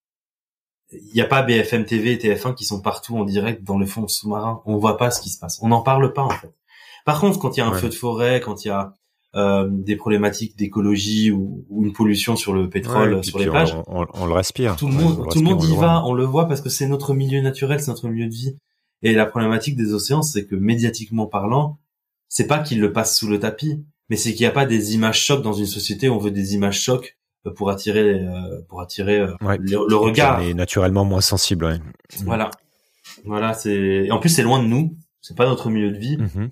[SPEAKER 8] Il n'y a pas B F M T V et T F un qui sont partout en direct dans le fond sous-marin. On voit pas ce qui se passe. On n'en parle pas, en fait. Par contre, quand il y a un ouais. feu de forêt, quand il y a euh, des problématiques d'écologie ou, ou une pollution sur le pétrole, ouais, sur les plages,
[SPEAKER 1] on, on, on le respire.
[SPEAKER 8] Tout le monde, ouais, tout le monde y va. On le voit parce que c'est notre milieu naturel, c'est notre milieu de vie. Et la problématique des océans, c'est que médiatiquement parlant, c'est pas qu'ils le passent sous le tapis, mais c'est qu'il n'y a pas des images chocs dans une société où on veut des images chocs pour attirer, euh, pour attirer euh,
[SPEAKER 1] ouais.
[SPEAKER 8] le, le regard.
[SPEAKER 1] On est naturellement moins sensible. Ouais.
[SPEAKER 8] Voilà, voilà. C'est et en plus c'est loin de nous. C'est pas notre milieu de vie.
[SPEAKER 1] Mm-hmm.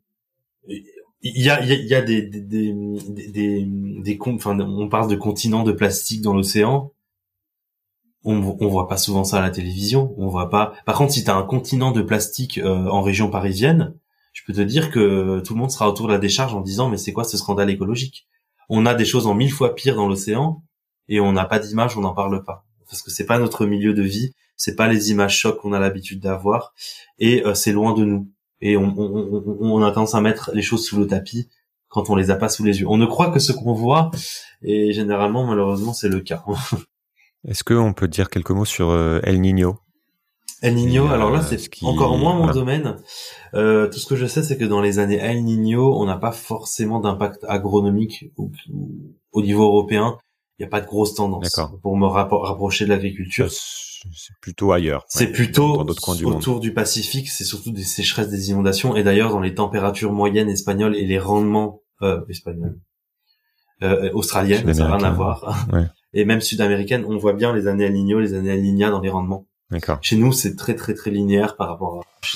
[SPEAKER 8] Il y a, il y a, il y a des, des, des, des, des, des, enfin, on parle de continents de plastique dans l'océan. on, on voit pas souvent ça à la télévision. On voit pas. Par contre, si t'as un continent de plastique euh, en région parisienne, je peux te dire que tout le monde sera autour de la décharge en disant mais c'est quoi ce scandale écologique? On a des choses en mille fois pire dans l'océan et on n'a pas d'image, on n'en parle pas parce que c'est pas notre milieu de vie, c'est pas les images chocs qu'on a l'habitude d'avoir et euh, c'est loin de nous et on, on, on, on a tendance à mettre les choses sous le tapis quand on les a pas sous les yeux. On ne croit que ce qu'on voit et généralement malheureusement c'est le cas.
[SPEAKER 1] Est-ce qu'on peut dire quelques mots sur euh, El Niño?
[SPEAKER 8] El Niño,
[SPEAKER 1] Et,
[SPEAKER 8] alors là,
[SPEAKER 1] euh,
[SPEAKER 8] c'est
[SPEAKER 1] ce qui-
[SPEAKER 8] encore moins mon
[SPEAKER 1] voilà.
[SPEAKER 8] domaine. Euh, tout ce que je sais, c'est que dans les années El Niño, on n'a pas forcément d'impact agronomique au, au niveau européen. Il n'y a pas de grosse tendance
[SPEAKER 1] D'accord.
[SPEAKER 8] pour me rappro- rapprocher de l'agriculture.
[SPEAKER 1] C'est c'est plutôt ailleurs.
[SPEAKER 8] C'est
[SPEAKER 1] ouais,
[SPEAKER 8] plutôt
[SPEAKER 1] dans d'autres coins du monde.
[SPEAKER 8] autour du Pacifique, c'est surtout des sécheresses, des inondations. Et d'ailleurs, dans les températures moyennes espagnoles et les rendements euh, espagnols, euh, australiennes, ça n'a rien à
[SPEAKER 1] Sud-américains.
[SPEAKER 8] voir.
[SPEAKER 1] Ouais.
[SPEAKER 8] Et même sud-américaines, on voit bien les années El Niño, les années El Niña dans les rendements.
[SPEAKER 1] D'accord.
[SPEAKER 8] Chez nous, c'est très très très linéaire par rapport à...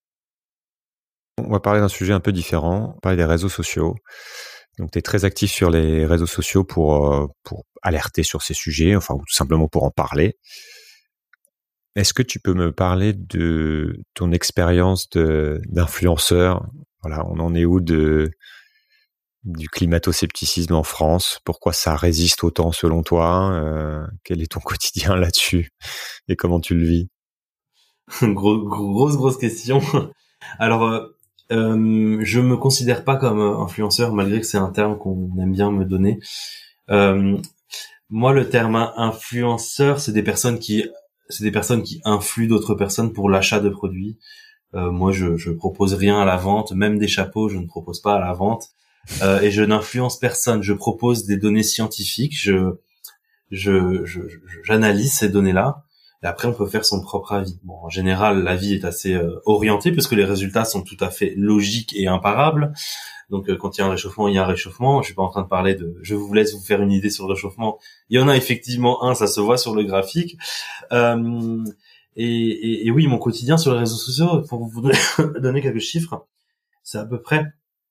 [SPEAKER 1] On va parler d'un sujet un peu différent. On va parler des réseaux sociaux. Donc, tu es très actif sur les réseaux sociaux pour, euh, pour alerter sur ces sujets, enfin, ou tout simplement pour en parler. Est-ce que tu peux me parler de ton expérience de, d'influenceur? Voilà, on en est où de, du climato-scepticisme en France? Pourquoi ça résiste autant selon toi? Euh, quel est ton quotidien là-dessus? Et comment tu le vis?
[SPEAKER 8] Gros, grosse grosse question. Alors, euh, euh, je me considère pas comme euh, influenceur, malgré que c'est un terme qu'on aime bien me donner. Euh, moi, le terme influenceur, c'est des personnes qui, c'est des personnes qui influent d'autres personnes pour l'achat de produits. Euh, moi, je, je propose rien à la vente, même des chapeaux, je ne propose pas à la vente. Euh, et je n'influence personne. Je propose des données scientifiques. Je, je, je, je j'analyse ces données-là. Et après, on peut faire son propre avis. Bon, en général, l'avis est assez euh, orienté parce que les résultats sont tout à fait logiques et imparables. Donc, euh, quand il y a un réchauffement, il y a un réchauffement. Je suis pas en train de parler de... Je vous laisse vous faire une idée sur le réchauffement. Il y en a effectivement un, ça se voit sur le graphique. Euh, et, et, et oui, mon quotidien sur les réseaux sociaux, pour vous donner, donner quelques chiffres, c'est à peu près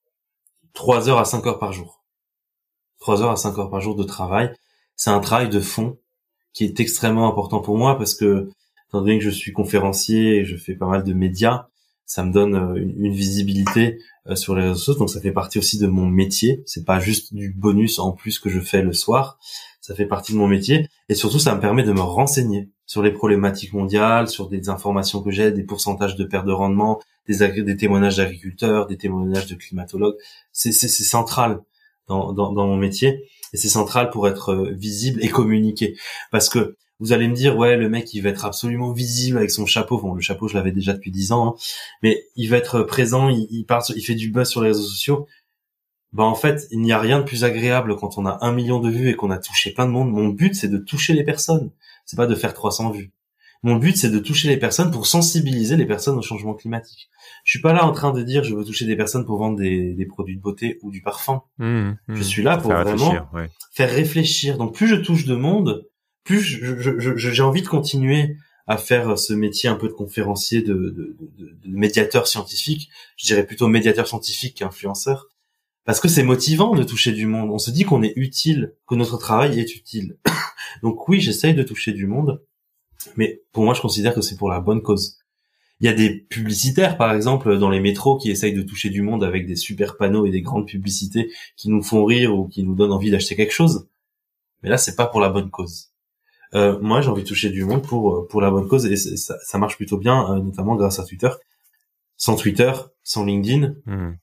[SPEAKER 8] trois heures à cinq heures par jour. trois heures à cinq heures par jour de travail. C'est un travail de fond qui est extrêmement important pour moi parce que, étant donné que je suis conférencier et je fais pas mal de médias, ça me donne une, une visibilité euh, sur les réseaux sociaux. Donc, ça fait partie aussi de mon métier. C'est pas juste du bonus en plus que je fais le soir. Ça fait partie de mon métier. Et surtout, ça me permet de me renseigner sur les problématiques mondiales, sur des informations que j'ai, des pourcentages de perte de rendement, des, agré- des témoignages d'agriculteurs, des témoignages de climatologues. C'est, c'est, c'est central dans, dans, dans mon métier. Et c'est central pour être visible et communiquer. Parce que vous allez me dire, ouais, le mec, il va être absolument visible avec son chapeau. Bon, le chapeau, je l'avais déjà depuis dix ans, hein. Mais il va être présent, il, il parle, il fait du buzz sur les réseaux sociaux. Ben, en fait, il n'y a rien de plus agréable quand on a un million de vues et qu'on a touché plein de monde. Mon but, c'est de toucher les personnes. C'est pas de faire trois cents vues. Mon but, c'est de toucher les personnes pour sensibiliser les personnes au changement climatique. Je suis pas là en train de dire je veux toucher des personnes pour vendre des, des produits de beauté ou du parfum.
[SPEAKER 1] Mmh, mmh.
[SPEAKER 8] Je suis là pour
[SPEAKER 1] faire
[SPEAKER 8] vraiment
[SPEAKER 1] réfléchir, ouais.
[SPEAKER 8] faire réfléchir. Donc plus je touche de monde, plus je, je, je, j'ai envie de continuer à faire ce métier un peu de conférencier, de, de, de, de médiateur scientifique. Je dirais plutôt médiateur scientifique qu'influenceur. Parce que c'est motivant de toucher du monde. On se dit qu'on est utile, que notre travail est utile. Donc oui, j'essaye de toucher du monde, mais pour moi, je considère que c'est pour la bonne cause. Il y a des publicitaires, par exemple, dans les métros qui essayent de toucher du monde avec des super panneaux et des grandes publicités qui nous font rire ou qui nous donnent envie d'acheter quelque chose. Mais là, c'est pas pour la bonne cause. Euh, moi, j'ai envie de toucher du monde pour pour la bonne cause et ça, ça marche plutôt bien, euh, notamment grâce à Twitter. Sans Twitter, sans LinkedIn,
[SPEAKER 1] Mmh.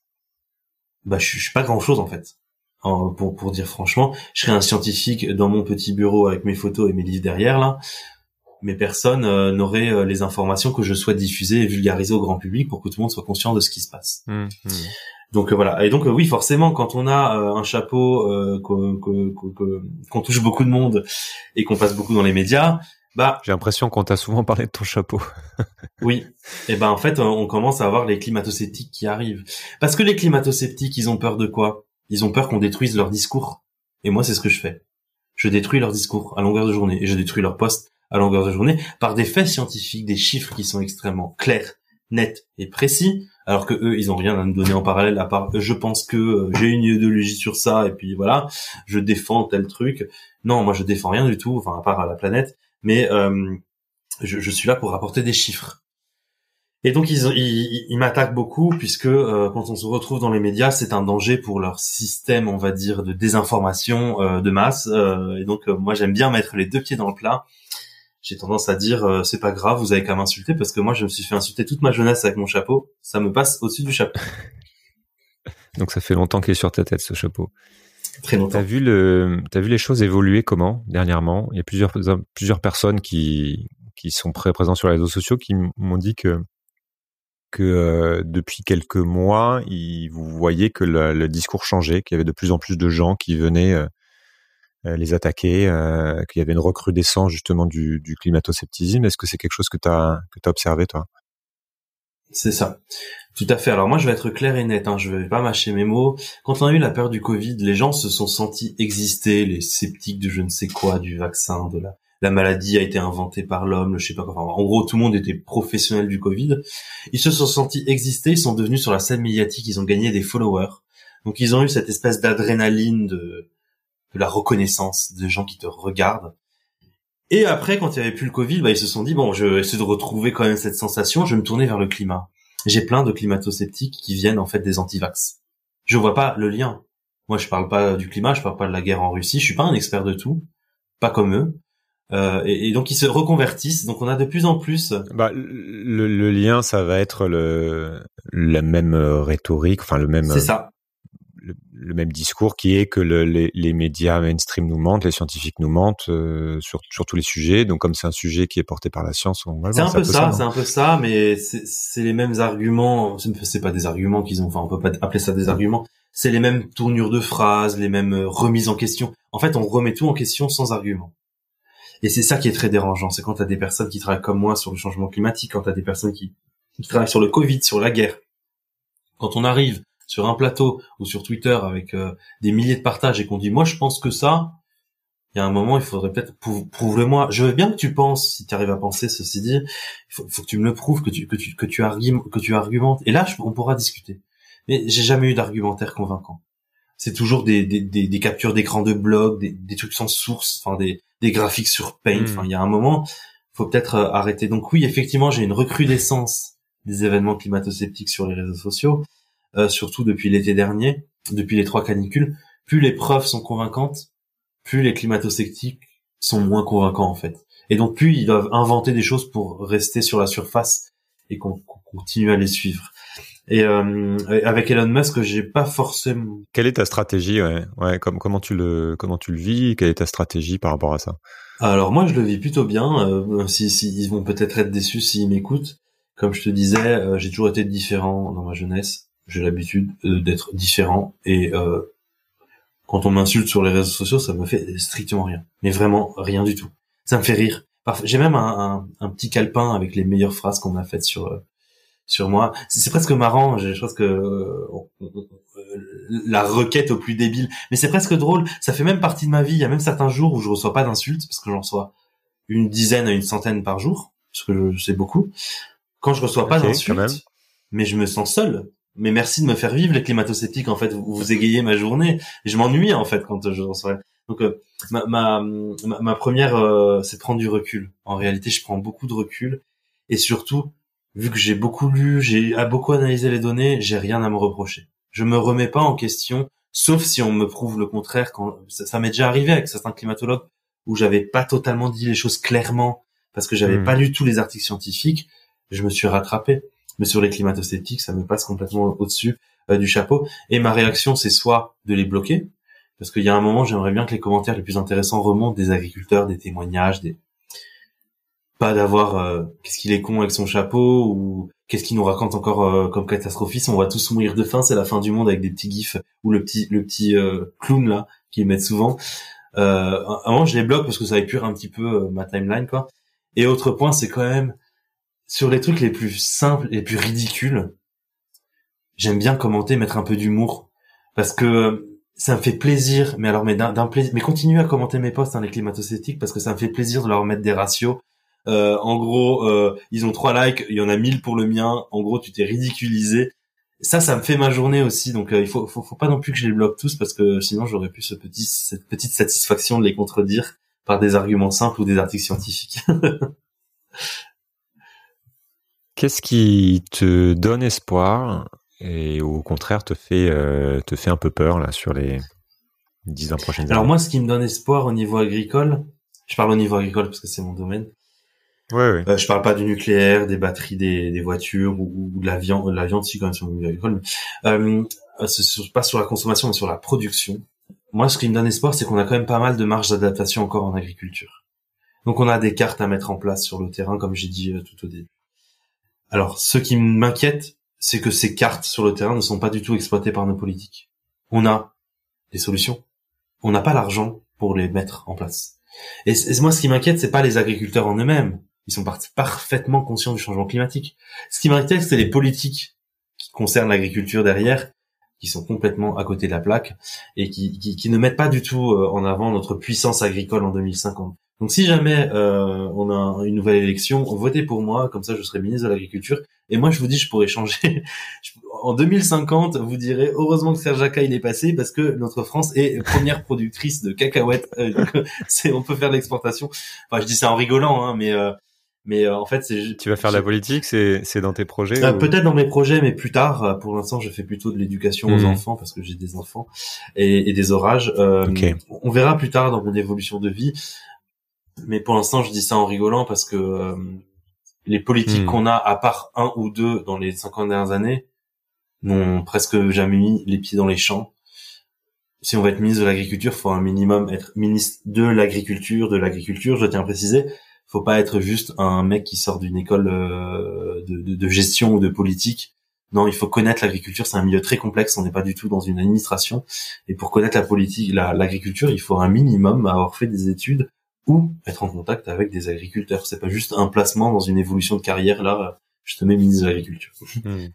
[SPEAKER 8] bah je, je suis pas grand chose en fait. En, pour pour dire franchement, je serais un scientifique dans mon petit bureau avec mes photos et mes livres derrière là. Mais personne euh, n'aurait euh, les informations que je souhaite diffuser et vulgariser au grand public pour que tout le monde soit conscient de ce qui se passe.
[SPEAKER 1] Mmh. Mmh.
[SPEAKER 8] Donc euh, voilà. Et donc euh, oui, forcément, quand on a euh, un chapeau euh, que, que, que, que- qu'on touche beaucoup de monde et qu'on passe beaucoup dans les médias, bah
[SPEAKER 1] J'ai l'impression qu'on t'a souvent parlé de ton chapeau.
[SPEAKER 8] oui. Et ben en fait, on commence à avoir les climato-sceptiques qui arrivent. Parce que les climato-sceptiques, ils ont peur de quoi? Ils ont peur qu'on détruise leur discours. Et moi, c'est ce que je fais. Je détruis leur discours à longueur de journée et je détruis leur post à longueur de journée par des faits scientifiques, des chiffres qui sont extrêmement clairs, nets et précis, alors que eux, ils ont rien à nous donner en parallèle à part je pense que euh, j'ai une idéologie sur ça et puis voilà, je défends tel truc. Non, moi je défends rien du tout, enfin à part à la planète. mais euh, je, je suis là pour rapporter des chiffres. Et donc ils, ils, ils m'attaquent beaucoup puisque euh, quand on se retrouve dans les médias, c'est un danger pour leur système, on va dire, de désinformation euh, de masse. Euh, et donc euh, moi j'aime bien mettre les deux pieds dans le plat. J'ai tendance à dire euh, c'est pas grave, vous avez qu'à m'insulter parce que moi je me suis fait insulter toute ma jeunesse avec mon chapeau. Ça me passe au-dessus du chapeau.
[SPEAKER 1] Donc ça fait longtemps qu'il est sur ta tête ce chapeau.
[SPEAKER 8] Très longtemps.
[SPEAKER 1] T'as vu le, t'as vu les choses évoluer comment dernièrement? Il y a plusieurs plusieurs personnes qui qui sont très présentes sur les réseaux sociaux qui m'ont dit que que euh, depuis quelques mois, ils, vous voyez que le, le discours changeait, qu'il y avait de plus en plus de gens qui venaient euh, les attaquer, euh, qu'il y avait une recrudescence justement du, du climato-scepticisme. Est-ce que c'est quelque chose que tu as que t'as observé, toi?
[SPEAKER 8] C'est ça, tout à fait. Alors moi, je vais être clair et net, hein, je vais pas mâcher mes mots. Quand on a eu la peur du Covid, les gens se sont sentis exister, les sceptiques de je ne sais quoi, du vaccin, de la la maladie a été inventée par l'homme, le je sais pas quoi. Enfin, en gros, tout le monde était professionnel du Covid. Ils se sont sentis exister, ils sont devenus sur la scène médiatique, ils ont gagné des followers. Donc ils ont eu cette espèce d'adrénaline de, de la reconnaissance, de gens qui te regardent. Et après, quand il y avait plus le Covid, bah, ils se sont dit, bon, je vais essayer de retrouver quand même cette sensation, je vais me tourner vers le climat. J'ai plein de climato-sceptiques qui viennent en fait des anti-vax. Je vois pas le lien. Moi, je parle pas du climat, je parle pas de la guerre en Russie, je suis pas un expert de tout, pas comme eux. Euh, et, et donc ils se reconvertissent. Donc on a de plus en plus.
[SPEAKER 1] Bah, le, le lien, ça va être le la même rhétorique, enfin le même.
[SPEAKER 8] C'est ça.
[SPEAKER 1] Le, le même discours qui est que le, les, les médias mainstream nous mentent, les scientifiques nous mentent euh, sur sur tous les sujets. Donc comme c'est un sujet qui est porté par la science, on va
[SPEAKER 8] c'est
[SPEAKER 1] voir,
[SPEAKER 8] un peu ça,
[SPEAKER 1] ça
[SPEAKER 8] c'est un peu ça, mais c'est, c'est les mêmes arguments. C'est pas des arguments qu'ils ont. Enfin, on peut pas appeler ça des arguments. C'est les mêmes tournures de phrases, les mêmes remises en question. En fait, on remet tout en question sans argument. Et c'est ça qui est très dérangeant, c'est quand t'as des personnes qui travaillent comme moi sur le changement climatique, quand t'as des personnes qui, qui travaillent sur le Covid, sur la guerre. Quand on arrive sur un plateau ou sur Twitter avec euh, des milliers de partages et qu'on dit « moi je pense que ça », il y a un moment il faudrait peut-être « prouve-le-moi ». Je veux bien que tu penses, si tu arrives à penser, ceci dit, il faut, faut que tu me le prouves, que tu que tu que tu argumentes, que tu argumentes. Et là, je, on pourra discuter. Mais j'ai jamais eu d'argumentaire convaincant. C'est toujours des des des, des captures d'écran de blog, des, des trucs sans source, enfin des des graphiques sur Paint. Enfin, il y a un moment, faut peut-être euh, arrêter. Donc oui, effectivement, j'ai une recrudescence des événements climato-sceptiques sur les réseaux sociaux, euh, surtout depuis l'été dernier, depuis les trois canicules. Plus les preuves sont convaincantes, plus les climato-sceptiques sont moins convaincants en fait. Et donc plus ils doivent inventer des choses pour rester sur la surface et qu'on, qu'on continue à les suivre. Et euh, avec Elon Musk, j'ai pas forcément.
[SPEAKER 1] Quelle est ta stratégie, ouais, ouais, comme comment tu le comment tu le vis, quelle est ta stratégie par rapport à ça?
[SPEAKER 8] Alors moi, je le vis plutôt bien. Euh, si, si ils vont peut-être être déçus s'ils m'écoutent. Comme je te disais, euh, j'ai toujours été différent dans ma jeunesse. J'ai l'habitude euh, d'être différent et euh, quand on m'insulte sur les réseaux sociaux, ça me fait strictement rien. Mais vraiment rien du tout. Ça me fait rire. Parfois, j'ai même un, un, un petit calepin avec les meilleures phrases qu'on m'a faites sur. Euh, sur moi, c'est, c'est presque marrant. Je pense que euh, la requête au plus débile, mais c'est presque drôle. Ça fait même partie de ma vie. Il y a même certains jours où je reçois pas d'insultes parce que j'en reçois une dizaine à une centaine par jour, parce que je sais beaucoup. Quand je reçois pas okay, d'insultes, mais je me sens seul. Mais merci de me faire vivre les climato-sceptiques. En fait, vous, vous égayez ma journée. Et je m'ennuie en fait quand je reçois. Donc euh, ma, ma ma ma première, euh, c'est de prendre du recul. En réalité, je prends beaucoup de recul et surtout. Vu que j'ai beaucoup lu, j'ai beaucoup analysé les données, j'ai rien à me reprocher. Je me remets pas en question, sauf si on me prouve le contraire. Quand ça, ça m'est déjà arrivé avec certains climatologues où j'avais pas totalement dit les choses clairement parce que j'avais mmh. pas lu tous les articles scientifiques. Je me suis rattrapé. Mais sur les climato-sceptiques, ça me passe complètement au-dessus euh, du chapeau. Et ma réaction, c'est soit de les bloquer, parce qu'il y a un moment, j'aimerais bien que les commentaires les plus intéressants remontent des agriculteurs, des témoignages, des pas d'avoir euh, qu'est-ce qu'il est con avec son chapeau ou qu'est-ce qu'il nous raconte encore euh, comme catastrophisme, on va tous mourir de faim, c'est la fin du monde avec des petits gifs ou le petit le petit euh, clown là qu'ils mettent souvent. Euh à un moment je les bloque parce que ça épure un petit peu euh, ma timeline quoi. Et autre point, c'est quand même sur les trucs les plus simples, les plus ridicules, j'aime bien commenter, mettre un peu d'humour parce que euh, ça me fait plaisir, mais alors mais d'un, d'un plaisir, mais continuez à commenter mes posts hein, les climato-sceptiques parce que ça me fait plaisir de leur mettre des ratios. Euh, en gros, euh, ils ont trois likes, il y en a mille pour le mien. En gros, tu t'es ridiculisé. Ça, ça me fait ma journée aussi. Donc, euh, il faut, faut, faut pas non plus que je les bloque tous parce que sinon, j'aurais plus ce petit, cette petite satisfaction de les contredire par des arguments simples ou des articles scientifiques.
[SPEAKER 1] Qu'est-ce qui te donne espoir et au contraire te fait euh, te fait un peu peur là sur les dix ans prochaines années?
[SPEAKER 8] Alors moi, ce qui me donne espoir au niveau agricole, je parle au niveau agricole parce que c'est mon domaine.
[SPEAKER 1] Ouais, ouais.
[SPEAKER 8] Euh, je parle pas du nucléaire, des batteries, des, des voitures ou, ou de la viande, de la viande si quand même sur le milieu agricole. Mais, euh, c'est sur, pas sur la consommation, mais sur la production. Moi, ce qui me donne espoir, c'est qu'on a quand même pas mal de marge d'adaptation encore en agriculture. Donc, on a des cartes à mettre en place sur le terrain, comme j'ai dit euh, tout au début. Alors, ce qui m'inquiète, c'est que ces cartes sur le terrain ne sont pas du tout exploitées par nos politiques. On a des solutions. On n'a pas l'argent pour les mettre en place. Et, et moi, ce qui m'inquiète, c'est pas les agriculteurs en eux-mêmes. Ils sont par- parfaitement conscients du changement climatique. Ce qui m'inquiète, c'est les politiques qui concernent l'agriculture derrière, qui sont complètement à côté de la plaque et qui, qui, qui ne mettent pas du tout euh, en avant notre puissance agricole en deux mille cinquante. Donc si jamais euh, on a une nouvelle élection, votez pour moi, comme ça je serai ministre de l'Agriculture. Et moi je vous dis, je pourrais changer. En deux mille cinquante, vous direz heureusement que Serge Jacquat il est passé parce que notre France est première productrice de cacahuètes. Euh, donc, c'est, on peut faire de l'exportation. Enfin je dis ça en rigolant, hein, mais euh, mais euh, en fait c'est.
[SPEAKER 1] Tu vas faire la politique, c'est c'est dans tes projets
[SPEAKER 8] euh,
[SPEAKER 1] ou...
[SPEAKER 8] Peut-être dans mes projets, mais plus tard. Pour l'instant, je fais plutôt de l'éducation aux
[SPEAKER 1] mmh.
[SPEAKER 8] enfants parce que j'ai des enfants et, et des orages. Euh,
[SPEAKER 1] okay.
[SPEAKER 8] On verra plus tard dans mon évolution de vie. Mais pour l'instant, je dis ça en rigolant parce que euh, les politiques mmh. qu'on a, à part un ou deux dans les cinquante dernières années, n'ont presque jamais mis les pieds dans les champs. Si on va être ministre de l'Agriculture, il faut un minimum être ministre de l'Agriculture, de l'Agriculture, je tiens à préciser. Faut pas être juste un mec qui sort d'une école euh, de, de, de gestion ou de politique. Non, il faut connaître l'agriculture. C'est un milieu très complexe. On n'est pas du tout dans une administration. Et pour connaître la politique, la, l'agriculture, il faut un minimum avoir fait des études ou être en contact avec des agriculteurs. C'est pas juste un placement dans une évolution de carrière. Là, je te mets ministre de l'Agriculture.
[SPEAKER 1] Mmh.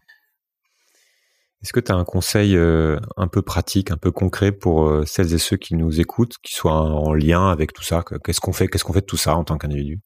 [SPEAKER 1] Est-ce que tu as un conseil euh, un peu pratique, un peu concret pour euh, celles et ceux qui nous écoutent, qui soient en lien avec tout ça? Qu'est-ce qu'on fait, qu'est-ce qu'on fait de tout ça en tant qu'individu?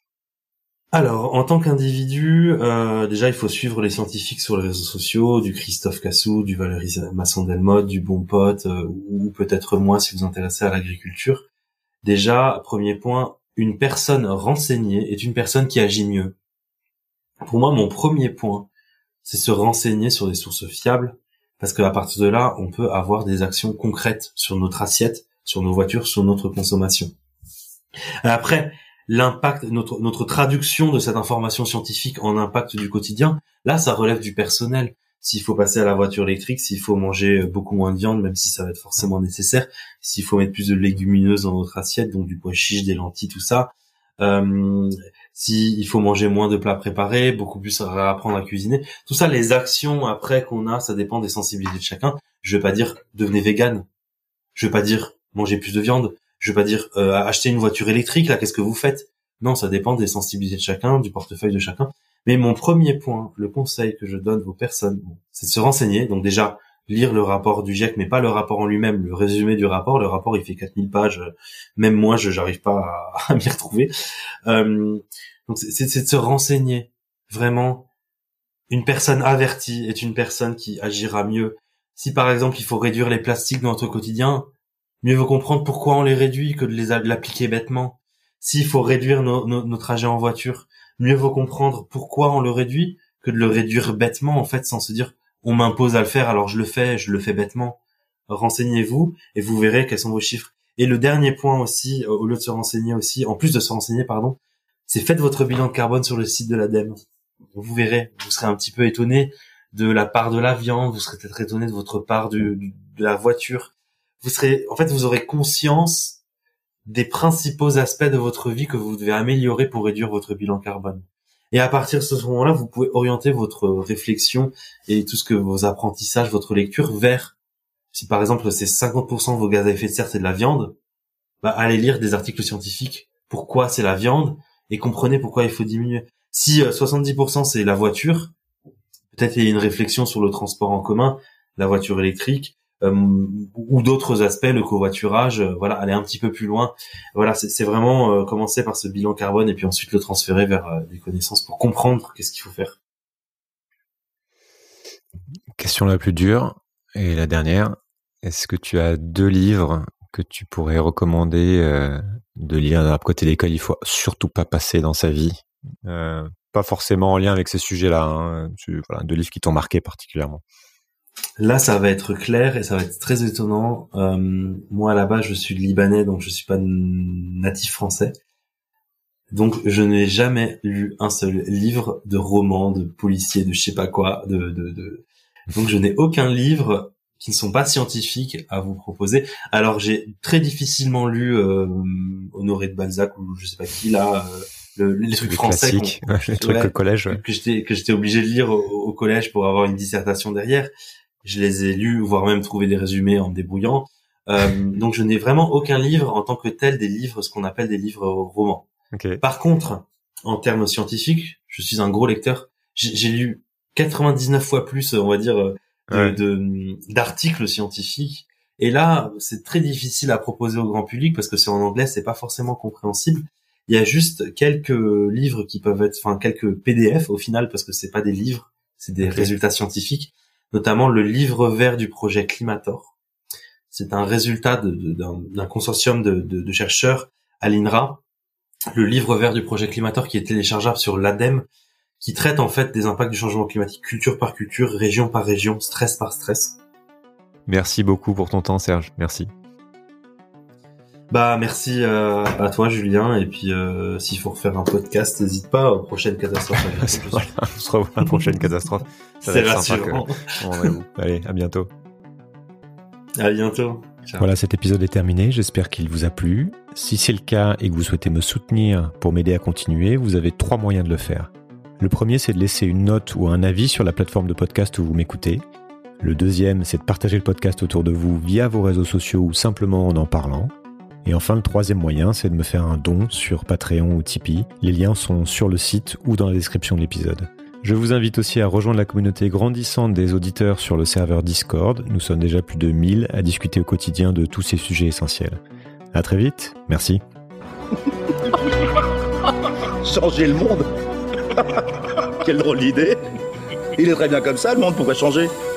[SPEAKER 8] Alors, en tant qu'individu, euh, déjà, il faut suivre les scientifiques sur les réseaux sociaux, du Christophe Cassou, du Valérie Masson-Delmotte, du Bon Pote, euh, ou peut-être moi si vous vous intéressez à l'agriculture. Déjà, premier point, une personne renseignée est une personne qui agit mieux. Pour moi, mon premier point, c'est se renseigner sur des sources fiables, parce qu'à partir de là, on peut avoir des actions concrètes sur notre assiette, sur nos voitures, sur notre consommation. Après, l'impact, notre, notre traduction de cette information scientifique en impact du quotidien, là, ça relève du personnel. S'il faut passer à la voiture électrique, s'il faut manger beaucoup moins de viande, même si ça va être forcément nécessaire, s'il faut mettre plus de légumineuses dans notre assiette, donc du pois chiche, des lentilles, tout ça, euh, s'il faut manger moins de plats préparés, beaucoup plus à apprendre à cuisiner, tout ça, les actions après qu'on a, ça dépend des sensibilités de chacun. Je vais pas dire devenez vegan, je vais pas dire mangez plus de viande, je vais pas dire euh, acheter une voiture électrique, là, qu'est-ce que vous faites? Non, ça dépend des sensibilités de chacun, du portefeuille de chacun. Mais mon premier point, le conseil que je donne aux personnes, c'est de se renseigner. Donc déjà, lire le rapport du GIEC, mais pas le rapport en lui-même, le résumé du rapport. Le rapport, il fait quatre mille pages. Même moi, je j'arrive pas à, à m'y retrouver. Euh, donc c'est, c'est de se renseigner. Vraiment, une personne avertie est une personne qui agira mieux. Si par exemple, il faut réduire les plastiques dans notre quotidien, mieux vaut comprendre pourquoi on les réduit que de les de l'appliquer bêtement. S'il faut réduire nos, nos, nos trajets en voiture, mieux vaut comprendre pourquoi on le réduit que de le réduire bêtement, en fait, sans se dire on m'impose à le faire, alors je le fais, je le fais bêtement. Renseignez-vous et vous verrez quels sont vos chiffres. Et le dernier point aussi, au lieu de se renseigner aussi, en plus de se renseigner, pardon, c'est faites votre bilan de carbone sur le site de l'ADEME. Vous verrez, vous serez un petit peu étonné de la part de la viande, vous serez peut-être étonné de votre part de, de la voiture. Vous serez, en fait, vous aurez conscience des principaux aspects de votre vie que vous devez améliorer pour réduire votre bilan carbone. Et à partir de ce moment-là, vous pouvez orienter votre réflexion et tout ce que vos apprentissages, votre lecture vers, si par exemple c'est cinquante pour cent de vos gaz à effet de serre, c'est de la viande, bah allez lire des articles scientifiques. Pourquoi c'est la viande et comprenez pourquoi il faut diminuer. Si euh, soixante-dix pour cent c'est la voiture, peut-être il y a une réflexion sur le transport en commun, la voiture électrique, Euh, ou d'autres aspects, le covoiturage, euh, voilà, aller un petit peu plus loin. Voilà, c'est, c'est vraiment euh, commencer par ce bilan carbone et puis ensuite le transférer vers euh, des connaissances pour comprendre qu'est-ce qu'il faut faire.
[SPEAKER 1] Question la plus dure et la dernière. Est-ce que tu as deux livres que tu pourrais recommander euh, de lire à côté de l'école, il faut surtout pas passer dans sa vie, euh, pas forcément en lien avec ces sujets-là, hein, tu, voilà, de livres qui t'ont marqué particulièrement.
[SPEAKER 8] Là, ça va être clair et ça va être très étonnant. Euh, moi, à la base, je suis libanais, donc je suis pas natif français. Donc, je n'ai jamais lu un seul livre de roman, de policier, de je sais pas quoi, de, de, de... Donc, je n'ai aucun livre qui ne sont pas scientifiques à vous proposer. Alors, j'ai très difficilement lu euh, Honoré de Balzac ou je sais pas qui là, euh, le, les trucs
[SPEAKER 1] les
[SPEAKER 8] français,
[SPEAKER 1] classiques, ouais, les trucs
[SPEAKER 8] ouais,
[SPEAKER 1] au collège, ouais.
[SPEAKER 8] que j'étais que j'étais obligé de lire au, au collège pour avoir une dissertation derrière. Je les ai lus, voire même trouvé des résumés en me débrouillant. Euh, donc, je n'ai vraiment aucun livre en tant que tel des livres, ce qu'on appelle des livres romans.
[SPEAKER 1] Okay.
[SPEAKER 8] Par contre, en termes scientifiques, je suis un gros lecteur. J'ai, j'ai lu quatre-vingt-dix-neuf fois plus, on va dire, de,
[SPEAKER 1] ouais.
[SPEAKER 8] de, d'articles scientifiques. Et là, c'est très difficile à proposer au grand public parce que c'est en anglais, c'est pas forcément compréhensible. Il y a juste quelques livres qui peuvent être, enfin, quelques P D F au final parce que c'est pas des livres, c'est des okay. résultats scientifiques. Notamment le livre vert du projet Climator. C'est un résultat de, de, d'un, d'un consortium de, de, de chercheurs à l'I N R A. Le livre vert du projet Climator qui est téléchargeable sur l'A D E M, qui traite en fait des impacts du changement climatique culture par culture, région par région, stress par stress.
[SPEAKER 1] Merci beaucoup pour ton temps, Serge. Merci.
[SPEAKER 8] Bah merci euh, à toi, Julien. Et puis euh, s'il faut refaire un podcast, n'hésite pas aux prochaines catastrophes.
[SPEAKER 1] Voilà, on se revoit à la prochaine catastrophe. Ça
[SPEAKER 8] C'est
[SPEAKER 1] va être
[SPEAKER 8] rassurant.
[SPEAKER 1] Que... Allez, à bientôt.
[SPEAKER 8] À bientôt. Ciao.
[SPEAKER 1] Voilà, cet épisode est terminé. J'espère qu'il vous a plu. Si c'est le cas et que vous souhaitez me soutenir pour m'aider à continuer, vous avez trois moyens de le faire. Le premier, c'est de laisser une note ou un avis sur la plateforme de podcast où vous m'écoutez. Le deuxième, c'est de partager le podcast autour de vous via vos réseaux sociaux ou simplement en en parlant. Et enfin, le troisième moyen, c'est de me faire un don sur Patreon ou Tipeee. Les liens sont sur le site ou dans la description de l'épisode. Je vous invite aussi à rejoindre la communauté grandissante des auditeurs sur le serveur Discord. Nous sommes déjà plus de mille à discuter au quotidien de tous ces sujets essentiels. À très vite, merci.
[SPEAKER 9] Changer le monde. Quelle drôle d'idée. Il est très bien comme ça, le monde pourrait changer.